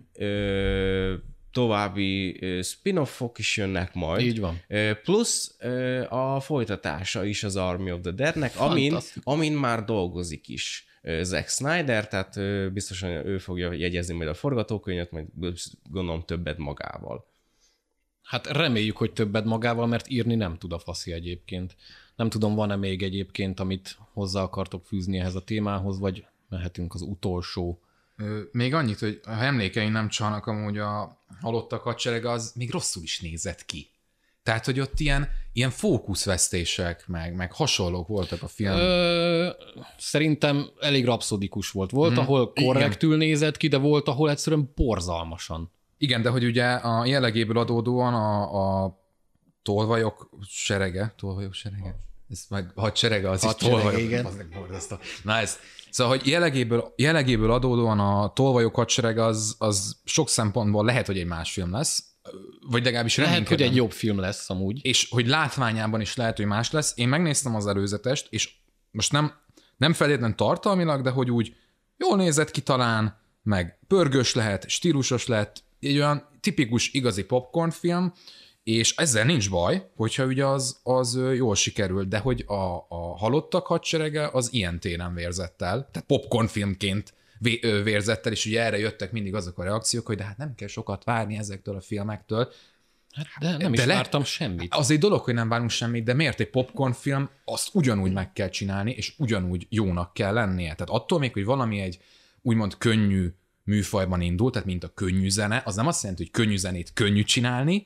Speaker 3: további spin-offok is jönnek majd.
Speaker 1: Így van.
Speaker 3: Plusz a folytatása is az Army of the Deadnek, amin már dolgozik is Zack Snyder, tehát biztosan ő fogja jegyezni majd a forgatókönyvet, majd gondolom többet magával.
Speaker 1: Hát reméljük, hogy többet magával, mert írni nem tud a faszi egyébként. Nem tudom, van-e még egyébként, amit hozzá akartok fűzni ehhez a témához, vagy mehetünk az utolsó.
Speaker 2: Még annyit, hogy ha emlékeim nem csalnak, amúgy a halottak hadserege az még rosszul is nézett ki. Tehát, hogy ott ilyen fókuszvesztések, meg hasonlók voltak a filmben.
Speaker 1: Szerintem elég rapszodikus volt. Volt, ahol korrektül nézett ki, de volt, ahol egyszerűen borzalmasan.
Speaker 2: Igen, de hogy ugye a jellegéből adódóan a tolvajok serege. Ez majd hadserege, az hadserege, is tolvajok.
Speaker 1: Igen.
Speaker 2: Na ez. Szóval, hogy jellegéből adódóan a tolvajok hadserege az sok szempontból lehet, hogy egy más film lesz, vagy legalábbis
Speaker 1: lehet, hogy egy jobb film lesz amúgy.
Speaker 2: És hogy látványában is lehet, hogy más lesz. Én megnéztem az előzetest, és most nem feltétlenül tartalmilag, de hogy úgy jól nézett ki talán, meg pörgős lehet, stílusos lehet, egy olyan tipikus igazi popcorn film, és ezzel nincs baj, hogyha ugye az jól sikerült, de hogy a halottak hadserege az ilyen téren vérzett el, tehát popcorn filmként vérzett el, és ugye erre jöttek mindig azok a reakciók, hogy de hát nem kell sokat várni ezektől a filmektől.
Speaker 1: Hát de nem is vártam semmit.
Speaker 2: Az egy dolog, hogy nem várunk semmit, de miért egy popcorn film, azt ugyanúgy meg kell csinálni, és ugyanúgy jónak kell lennie. Tehát attól még, hogy valami egy úgymond könnyű műfajban indul, tehát mint a könnyű zene, az nem azt jelenti, hogy könnyű zenét könnyű csinálni,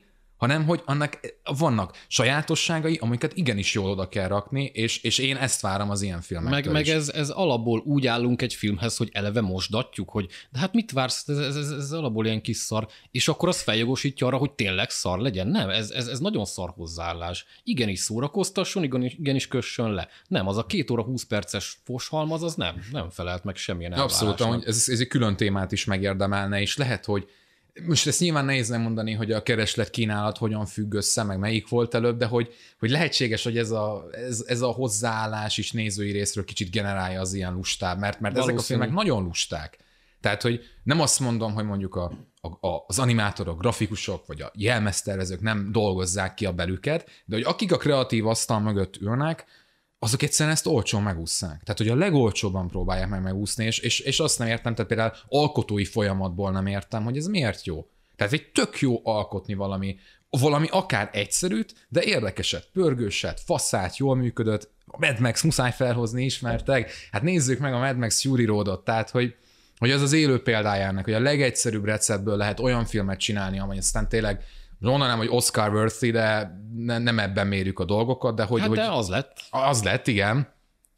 Speaker 2: hanem hogy annak vannak sajátosságai, amiket igenis jól oda kell rakni, és én ezt várom az ilyen filmektől
Speaker 1: Meg ez alapból úgy állunk egy filmhez, hogy eleve mosdatjuk, hogy de hát mit vársz, ez alapból ilyen kis szar, és akkor az feljogosítja arra, hogy tényleg szar legyen. Nem, ez nagyon szar hozzáállás. Igenis szórakoztasson, igenis kössön le. Nem, az a 2 óra 20 perces foshalmaz, az nem felelt meg semmilyen elvárásnak.
Speaker 2: Abszolút, hogy ez egy külön témát is megérdemelne, és lehet, hogy most ezt nyilván nehéz nem mondani, hogy a kereslet-kínálat hogyan függ össze, meg melyik volt előbb, de hogy lehetséges, hogy ez a hozzáállás is nézői részről kicsit generálja az ilyen lustább, mert ezek a filmek nagyon lusták. Tehát, hogy nem azt mondom, hogy mondjuk az animátorok, grafikusok, vagy a jelmeztervezők nem dolgozzák ki a belüket, de hogy akik a kreatív asztal mögött ülnek, azok egyszerűen ezt olcsón megússzák. Tehát, hogy a legolcsóbban próbálják meg megúszni, és azt nem értem, tehát például alkotói folyamatból nem értem, hogy ez miért jó. Tehát egy tök jó alkotni valami akár egyszerűt, de érdekeset, pörgőset, faszát, jól működött. A Mad Max muszáj felhozni, ismertek. Hát nézzük meg a Mad Max Fury Roadot, tehát, hogy az az élő példájának, hogy a legegyszerűbb receptből lehet olyan filmet csinálni, amely aztán tényleg mondanám, hogy Oscar worthy, de nem ebben mérjük a dolgokat, de hogy...
Speaker 1: Hát de az lett.
Speaker 2: Az lett, igen.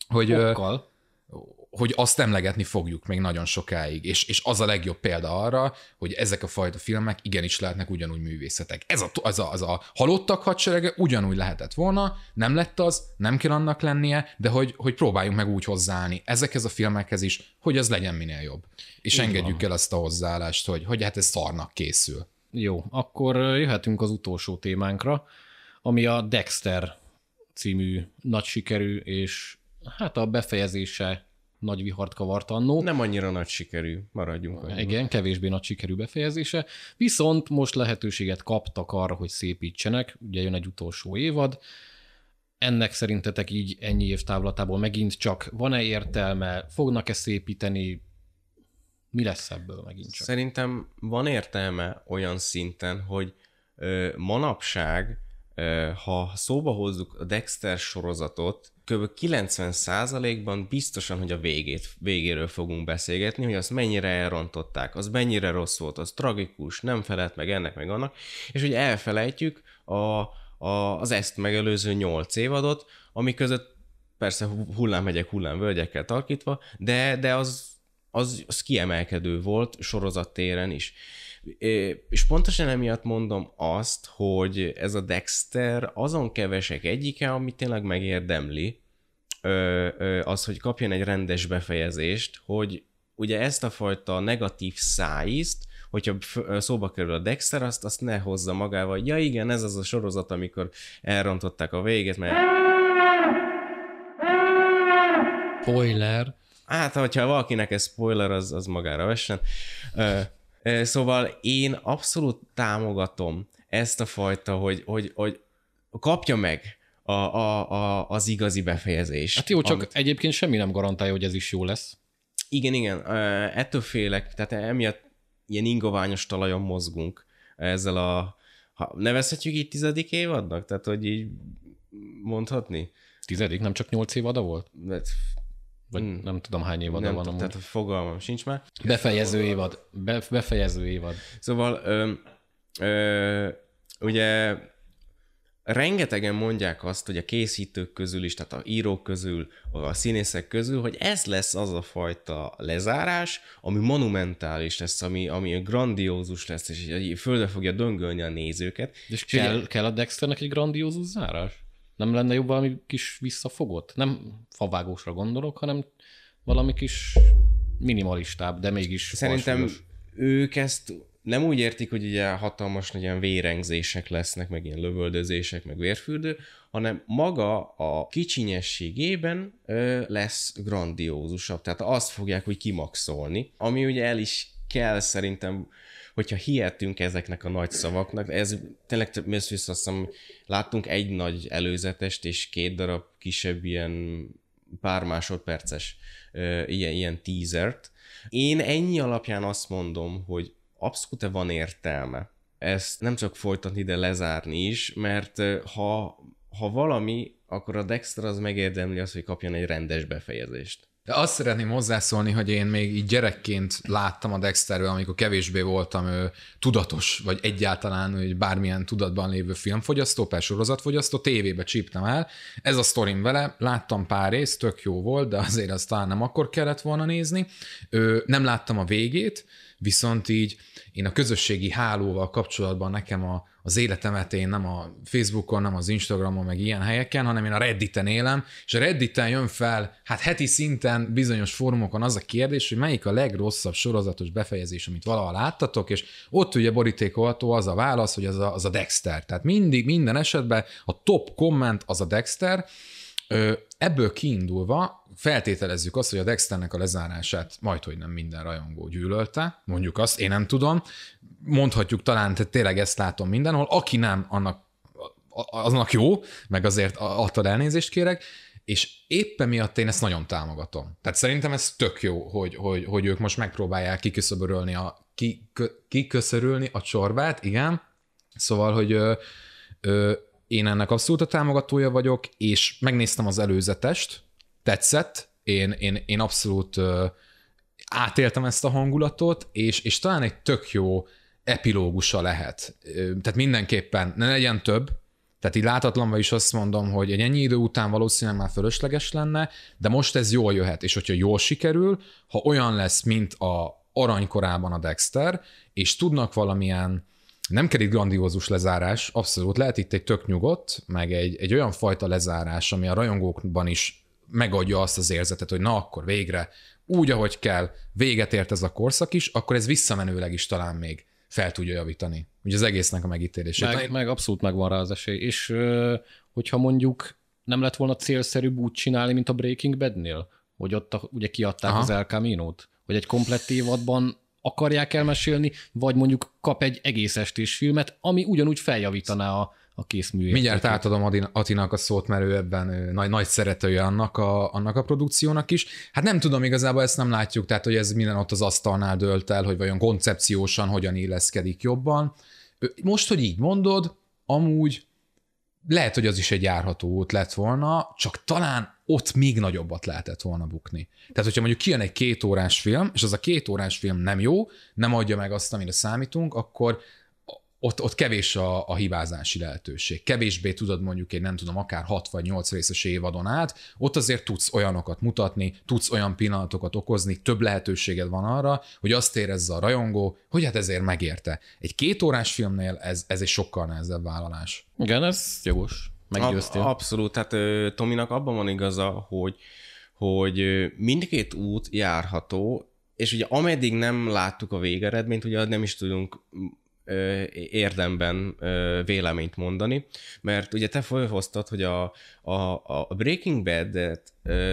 Speaker 2: Hogy azt emlegetni fogjuk még nagyon sokáig, és az a legjobb példa arra, hogy ezek a fajta filmek igenis lehetnek ugyanúgy művészetek. Ez a halottak hadserege ugyanúgy lehetett volna, nem lett az, nem kell annak lennie, de hogy próbáljunk meg úgy hozzáállni ezekhez a filmekhez is, hogy az legyen minél jobb. És így engedjük el azt a hozzáállást, hogy hát ez szarnak készül.
Speaker 1: Jó, akkor jöhetünk az utolsó témánkra, ami a Dexter című nagy sikerű, és hát a befejezése nagy vihart kavart annó.
Speaker 3: Nem annyira nagy sikerű, maradjunk.
Speaker 1: Igen, kevésbé nagy sikerű befejezése, viszont most lehetőséget kaptak arra, hogy szépítsenek, ugye jön egy utolsó évad. Ennek szerintetek így ennyi év távlatából megint csak van-e értelme, fognak-e szépíteni, mi lesz ebből megint csak?
Speaker 3: Szerintem van értelme olyan szinten, hogy manapság, ha szóba hozzuk a Dexter sorozatot, kb. 90%-ban biztosan, hogy a végéről fogunk beszélgetni, hogy azt mennyire elrontották, az mennyire rossz volt, az tragikus, nem felelt meg ennek, meg annak, és hogy elfelejtjük az ezt megelőző 8 évadot, ami között persze hullámhegyek, hullámvölgyekkel tarkítva, de az kiemelkedő volt sorozattéren is. És pontosan emiatt mondom azt, hogy ez a Dexter azon kevesek egyike, ami tényleg megérdemli az, hogy kapjon egy rendes befejezést, hogy ugye ezt a fajta negatív szájízt, hogyha szóba kerül a Dexter, azt ne hozza magával. Ja igen, ez az a sorozat, amikor elrontották a végét, mert...
Speaker 1: Spoiler!
Speaker 3: Hát, hogyha valakinek ez spoiler, az magára vessen. Szóval én abszolút támogatom ezt a fajta, hogy kapja meg az igazi befejezést.
Speaker 1: Hát jó, csak egyébként semmi nem garantálja, hogy ez is jó lesz.
Speaker 3: Igen, ettől félek, tehát emiatt ilyen ingoványos talajon mozgunk ezzel nevezhetjük így 10. évadnak? Tehát, hogy így mondhatni?
Speaker 1: 10. Nem csak 8 évada volt? Vagy nem tudom hány évada van amúgy.
Speaker 3: Tehát fogalmam sincs már.
Speaker 1: Befejező évad. Befejező évad.
Speaker 3: Szóval ugye rengetegen mondják azt, hogy a készítők közül is, tehát a írók közül, a színészek közül, hogy ez lesz az a fajta lezárás, ami monumentális lesz, ami grandiózus lesz, és földre fogja döngölni a nézőket.
Speaker 1: És kell a Dexternek egy grandiózus zárás? Nem lenne jobb valami kis visszafogott? Nem favágósra gondolok, hanem valami kis minimalistább, de mégis
Speaker 3: szerintem
Speaker 1: falsúlyos.
Speaker 3: Ők ezt nem úgy értik, hogy ugye hatalmas nagy ilyen vérengzések lesznek, meg ilyen lövöldözések, meg vérfürdő, hanem maga a kicsinyességében lesz grandiózusabb. Tehát azt fogják, hogy kimaxolni, ami ugye el is kell szerintem, hogyha hihetünk ezeknek a nagy szavaknak, ez tényleg azt hiszem, láttunk egy nagy előzetest, és 2 darab kisebb ilyen pár másodperces ilyen teasert. Én ennyi alapján azt mondom, hogy abszolút van értelme ezt nem csak folytatni, de lezárni is, mert ha valami, akkor a Dexter az megérdemli azt, hogy kapjon egy rendes befejezést.
Speaker 2: De azt szeretném hozzászólni, hogy én még így gyerekként láttam a Dexterről, amikor kevésbé voltam tudatos, vagy egyáltalán hogy bármilyen tudatban lévő filmfogyasztó, per sorozatfogyasztó, tévébe csíptem el. Ez a sztorim vele, láttam pár részt, tök jó volt, de azért azt talán nem akkor kellett volna nézni. Nem láttam a végét, viszont így én a közösségi hálóval kapcsolatban nekem az életemet én nem a Facebookon, nem az Instagramon, meg ilyen helyeken, hanem én a Redditen élem, és a Redditen jön fel, hát heti szinten bizonyos fórumokon az a kérdés, hogy melyik a legrosszabb sorozatos befejezés, amit valaha láttatok, és ott ugye borítékolható az a válasz, hogy az a Dexter. Tehát mindig, minden esetben a top komment az a Dexter. Ebből kiindulva feltételezzük azt, hogy a Dexternek a lezárását majdhogy nem minden rajongó gyűlölte, mondjuk azt, én nem tudom, mondhatjuk talán, tehát tényleg ezt látom mindenhol, aki nem, annak jó, meg azért attól elnézést kérek, és éppen miatt én ezt nagyon támogatom. Tehát szerintem ez tök jó, hogy ők most megpróbálják kiköszörülni a csorbát, igen, szóval, hogy én ennek abszolút a támogatója vagyok, és megnéztem az előzetest, tetszett, én abszolút átéltem ezt a hangulatot, és talán egy tök jó epilógusa lehet. Tehát mindenképpen ne legyen több, tehát így látatlanban is azt mondom, hogy egy ennyi idő után valószínűleg már fölösleges lenne, de most ez jól jöhet, és hogyha jól sikerül, ha olyan lesz, mint a aranykorában a Dexter, és tudnak valamilyen, nem kell itt grandiózus lezárás, abszolút lehet itt egy tök nyugodt, meg egy olyan fajta lezárás, ami a rajongókban is megadja azt az érzetet, hogy na akkor végre, úgy, ahogy kell, véget ért ez a korszak is, akkor ez visszamenőleg is talán még fel tudja javítani. Ugye az egésznek a megítélését.
Speaker 1: Meg abszolút megvan rá az esély. És hogyha mondjuk nem lett volna célszerűbb úgy csinálni, mint a Breaking Badnél, hogy ott ugye kiadták az El Camino-t, hogy egy komplett évadban akarják elmesélni, vagy mondjuk kap egy egész estés filmet, ami ugyanúgy feljavítaná a készműért.
Speaker 2: Mindjárt átadom Atinak a szót, mert ő ebben nagy szeretője annak a produkciónak is. Hát nem tudom, igazából ezt nem látjuk, tehát hogy ez minden ott az asztalnál dőlt el, hogy vajon koncepciósan hogyan illeszkedik jobban. Most, hogy így mondod, amúgy lehet, hogy az is egy járható út lett volna, csak talán ott még nagyobbat lehetett volna bukni. Tehát, hogyha mondjuk kijön egy 2 órás film, és az a 2 órás film nem jó, nem adja meg azt, amire számítunk, akkor ott kevés a hibázási lehetőség. Kevésbé tudod mondjuk egy, nem tudom, akár 6 vagy 8 részes évadon át, ott azért tudsz olyanokat mutatni, tudsz olyan pillanatokat okozni, több lehetőséged van arra, hogy azt érezze a rajongó, hogy hát ezért megérte. Egy 2 órás filmnél ez egy sokkal nehezebb vállalás.
Speaker 1: Igen, ez jogos. Meggyőztél.
Speaker 3: Abszolút, tehát Tominak abban van igaza, hogy mindkét út járható, és ugye ameddig nem láttuk a végeredményt, ugye nem is tudunk érdemben véleményt mondani, mert ugye te felhoztad, hogy a Breaking Bad-et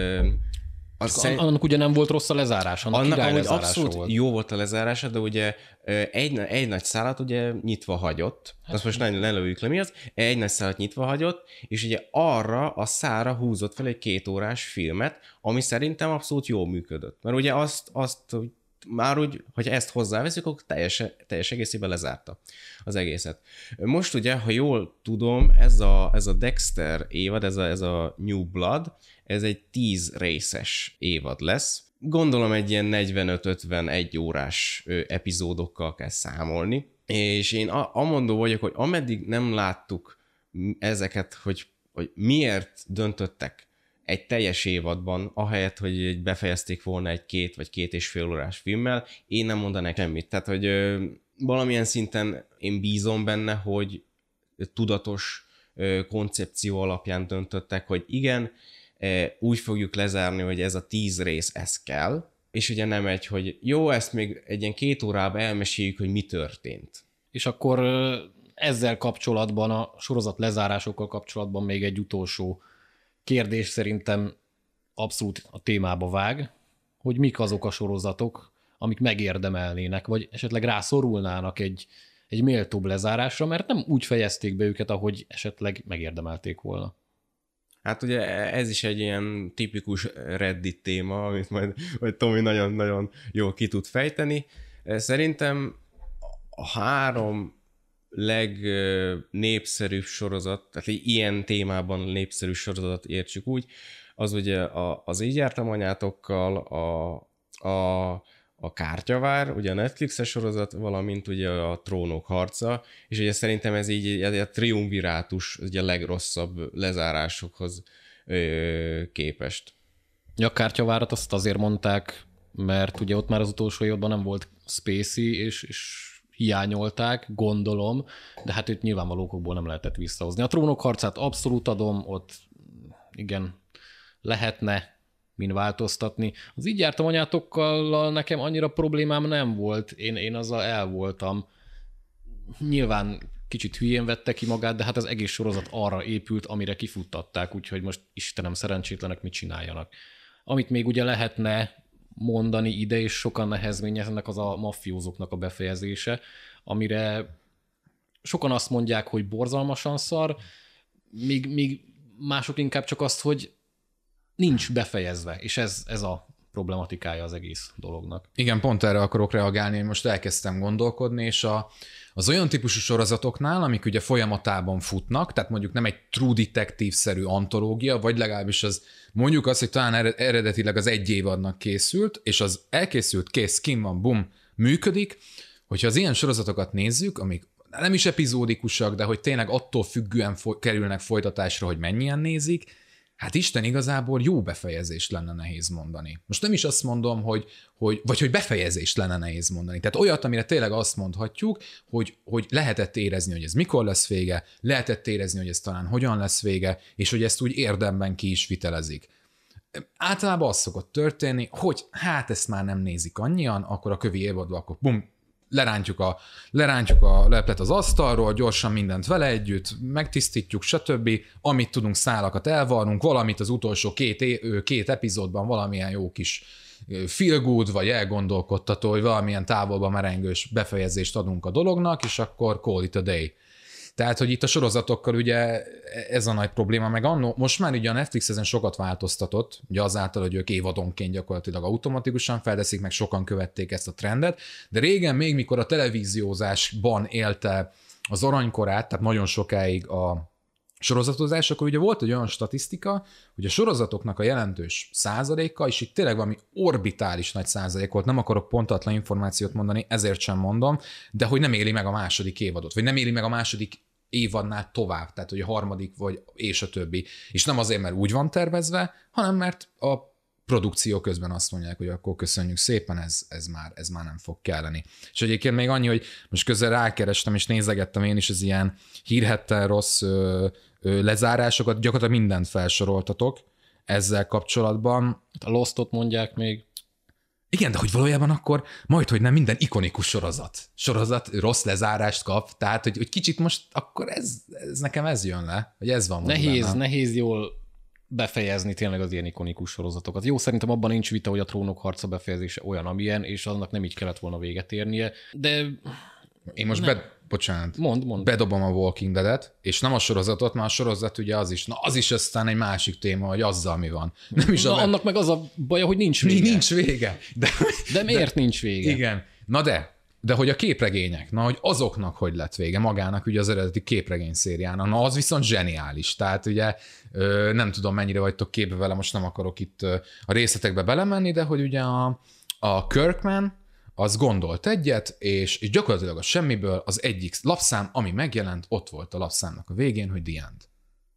Speaker 1: annak ugye nem volt rossz a lezárás, annak király lezárása
Speaker 3: abszolút
Speaker 1: volt.
Speaker 3: Jó volt a lezárás, de ugye egy nagy szálat ugye nyitva hagyott, azt most ne lövjük le mi az, egy nagy szálat nyitva hagyott, és ugye arra a szára húzott fel egy 2 órás filmet, ami szerintem abszolút jól működött. Mert ugye azt már úgy, hogy ezt hozzáveszünk, akkor teljes egészében lezárta az egészet. Most ugye, ha jól tudom, ez a Dexter évad, ez a New Blood, ez egy 10 részes évad lesz. Gondolom egy ilyen 45-51 órás epizódokkal kell számolni, és én amondó vagyok, hogy ameddig nem láttuk ezeket, hogy miért döntöttek egy teljes évadban, ahelyett, hogy befejezték volna egy 2 vagy 2,5 órás filmmel, én nem mondanék semmit. Tehát, hogy valamilyen szinten én bízom benne, hogy tudatos koncepció alapján döntöttek, hogy igen, úgy fogjuk lezárni, hogy ez a 10 rész, ez kell, és ugye nem hogy jó, ezt még egy ilyen 2 órában elmeséljük, hogy mi történt.
Speaker 1: És akkor ezzel kapcsolatban, a sorozat lezárásokkal kapcsolatban még egy utolsó kérdés szerintem abszolút a témába vág, hogy mik azok a sorozatok, amik megérdemelnének, vagy esetleg rászorulnának egy méltóbb lezárásra, mert nem úgy fejezték be őket, ahogy esetleg megérdemelték volna.
Speaker 3: Hát ugye ez is egy ilyen tipikus Reddit téma, amit majd Tomi nagyon-nagyon jól ki tud fejteni. Szerintem a 3 legnépszerűbb sorozat, tehát ilyen témában népszerű sorozat értsük úgy, az ugye az Így jártam anyátokkal, a Kártyavár, ugye a Netflixes sorozat, valamint ugye a Trónok harca, és ugye szerintem ez így a triumvirátus ugye a legrosszabb lezárásokhoz képest.
Speaker 1: A Kártyavárat azt azért mondták, mert ugye ott már az utolsó évadban nem volt Spacey, és hiányolták, gondolom, de hát őt nyilvánvaló okokból nem lehetett visszahozni. A Trónok harcát abszolút adom, ott igen, lehetne min változtatni. Az Így jártam anyátokkal nekem annyira problémám nem volt, én azzal el voltam. Nyilván kicsit hülyén vette ki magát, de hát az egész sorozat arra épült, amire kifuttatták, úgyhogy most Istenem, szerencsétlenek mit csináljanak. Amit még ugye lehetne mondani ide, és sokan nehezményeznek, az a maffiózóknak a befejezése, amire sokan azt mondják, hogy borzalmasan szar, míg mások inkább csak azt, hogy nincs befejezve, és ez a problematikája az egész dolognak.
Speaker 2: Igen, pont erre akarok reagálni, hogy most elkezdtem gondolkodni, és az olyan típusú sorozatoknál, amik ugye folyamatában futnak, tehát mondjuk nem egy True Detective-szerű antológia, vagy legalábbis az mondjuk azt, hogy talán eredetileg az egy évadnak készült, és az elkészült, kész, kim van, bum, működik, hogyha az ilyen sorozatokat nézzük, amik nem is epizódikusak, de hogy tényleg attól függően kerülnek folytatásra, hogy mennyien nézik, hát Isten igazából jó befejezést lenne nehéz mondani. Most nem is azt mondom, hogy befejezést lenne nehéz mondani. Tehát olyat, amire tényleg azt mondhatjuk, hogy lehetett érezni, hogy ez mikor lesz vége, lehetett érezni, hogy ez talán hogyan lesz vége, és hogy ezt úgy érdemben ki is vitelezik. Általában az szokott történni, hogy hát ezt már nem nézik annyian, akkor a kövi évadban, akkor bum, lerántjuk a leplet az asztalról, gyorsan mindent vele együtt, megtisztítjuk, stb. Amit tudunk, szálakat elvarrunk, valamit az utolsó két epizódban valamilyen jó kis feel good, vagy elgondolkodtató, vagy valamilyen távolba merengős befejezést adunk a dolognak, és akkor call it a day. Tehát, hogy itt a sorozatokkal ugye ez a nagy probléma, meg most már ugye a Netflix ezen sokat változtatott, ugye azáltal, hogy ők évadonként gyakorlatilag automatikusan felteszik, meg sokan követték ezt a trendet, de régen még mikor a televíziózásban élte az aranykorát, tehát nagyon sokáig a sorozatozás, akkor ugye volt egy olyan statisztika, hogy a sorozatoknak a jelentős százaléka, és itt tényleg valami orbitális nagy százalék volt, nem akarok pontatlan információt mondani, ezért sem mondom, de hogy nem éli meg a második évadot, vagy nem éli meg a második évadnál tovább, tehát hogy a harmadik, vagy és a többi. És nem azért, mert úgy van tervezve, hanem mert a produkció közben azt mondják, hogy akkor köszönjük szépen, ez már nem fog kelleni. És egyébként még annyi, hogy most közben rákerestem, és nézegettem én is az ilyen hírhetten rossz lezárásokat, gyakorlatilag mindent felsoroltatok ezzel kapcsolatban.
Speaker 1: A Lostot mondják még.
Speaker 2: Igen, de hogy valójában akkor majdhogy nem minden ikonikus sorozat rossz lezárást kap, tehát hogy kicsit most akkor ez nekem ez jön le, hogy ez van.
Speaker 1: Nehéz jól befejezni tényleg az ilyen ikonikus sorozatokat. Jó, szerintem abban nincs vita, hogy a Trónok harca befejezése olyan, amilyen, és annak nem így kellett volna véget érnie, de...
Speaker 2: Én most bedobom a Walking Dead-et, és nem a sorozatot, mert a sorozat ugye az is aztán egy másik téma, hogy azzal mi van. Nem is
Speaker 1: annak meg az a baja, hogy nincs vége.
Speaker 2: Nincs vége.
Speaker 1: De miért nincs vége?
Speaker 2: Igen. De hogy a képregények, hogy azoknak hogy lett vége, magának ugye az eredeti képregény szériának, az viszont zseniális. Tehát ugye nem tudom, mennyire vagytok képbe vele, most nem akarok itt a részletekbe belemenni, de hogy ugye a Kirkman az gondolt egyet, és gyakorlatilag a semmiből az egyik lapszám, ami megjelent, ott volt a lapszámnak a végén, hogy the end.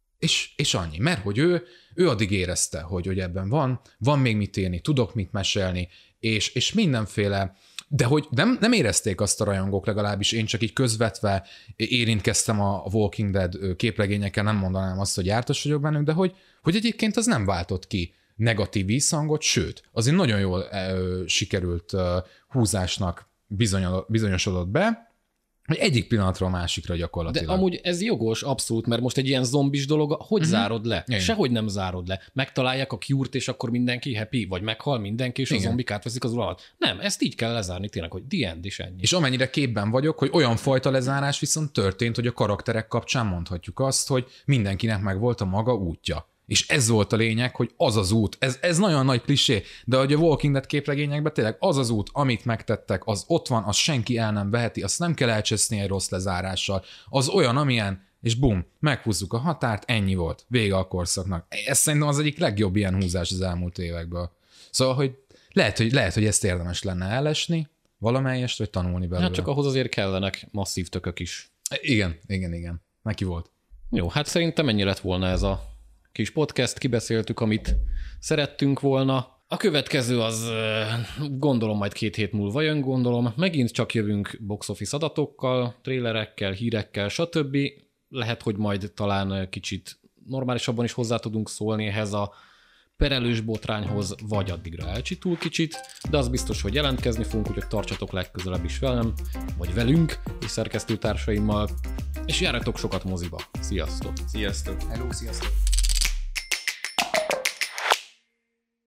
Speaker 2: És annyi, mert hogy ő addig érezte, hogy ebben van még mit írni, tudok mit mesélni, és mindenféle, de hogy nem érezték azt a rajongók, legalábbis én csak így közvetve érintkeztem a Walking Dead képregényekkel, nem mondanám azt, hogy jártas vagyok bennük, de hogy egyébként az nem váltott ki negatív visszhangot, sőt, azért nagyon jól sikerült húzásnak bizonyosodott be, hogy egyik pillanatról a másikra gyakorlatilag.
Speaker 1: De amúgy ez jogos, abszolút, mert most egy ilyen zombis dolog, hogy zárod le? Igen. Sehogy nem zárod le. Megtalálják a cure-t, és akkor mindenki happy, vagy meghal mindenki, és igen, a zombik átveszik az uralmat. Nem, ezt így kell lezárni tényleg, hogy the end is ennyi.
Speaker 2: És amennyire képben vagyok, hogy olyan fajta lezárás viszont történt, hogy a karakterek kapcsán mondhatjuk azt, hogy mindenkinek megvolt a maga útja. És ez volt a lényeg, hogy az az út, ez nagyon nagy klisé, de hogy a Walking Dead képregényekben tényleg az az út, amit megtettek, az ott van, az senki el nem veheti, azt nem kell elcseszni egy rossz lezárással, az olyan, amilyen, és bum, meghúzzuk a határt, ennyi volt, vége a korszaknak. Ez szerintem az egyik legjobb ilyen húzás az elmúlt évekből. Szóval, hogy lehet, hogy ezt érdemes lenne elesni, valamelyest, vagy tanulni belőle.
Speaker 1: Hát csak ahhoz azért kellenek masszív tökök is.
Speaker 2: Igen. Neki volt.
Speaker 1: Jó, hát szerintem ennyi lett volna ez a kis podcast, kibeszéltük, amit szerettünk volna. A következő az gondolom majd 2 hét múlva jön, gondolom. Megint csak jövünk box office adatokkal, trélerekkel, hírekkel, stb. Lehet, hogy majd talán kicsit normálisabban is hozzá tudunk szólni ehhez a perelős botrányhoz, vagy addigra elcsitul kicsit, de az biztos, hogy jelentkezni fogunk, úgyhogy tartsatok legközelebb is velem, vagy velünk, és szerkesztőtársaimmal, és járjatok sokat moziba. Sziasztok!
Speaker 3: Sziasztok!
Speaker 2: Hello, sziasztok!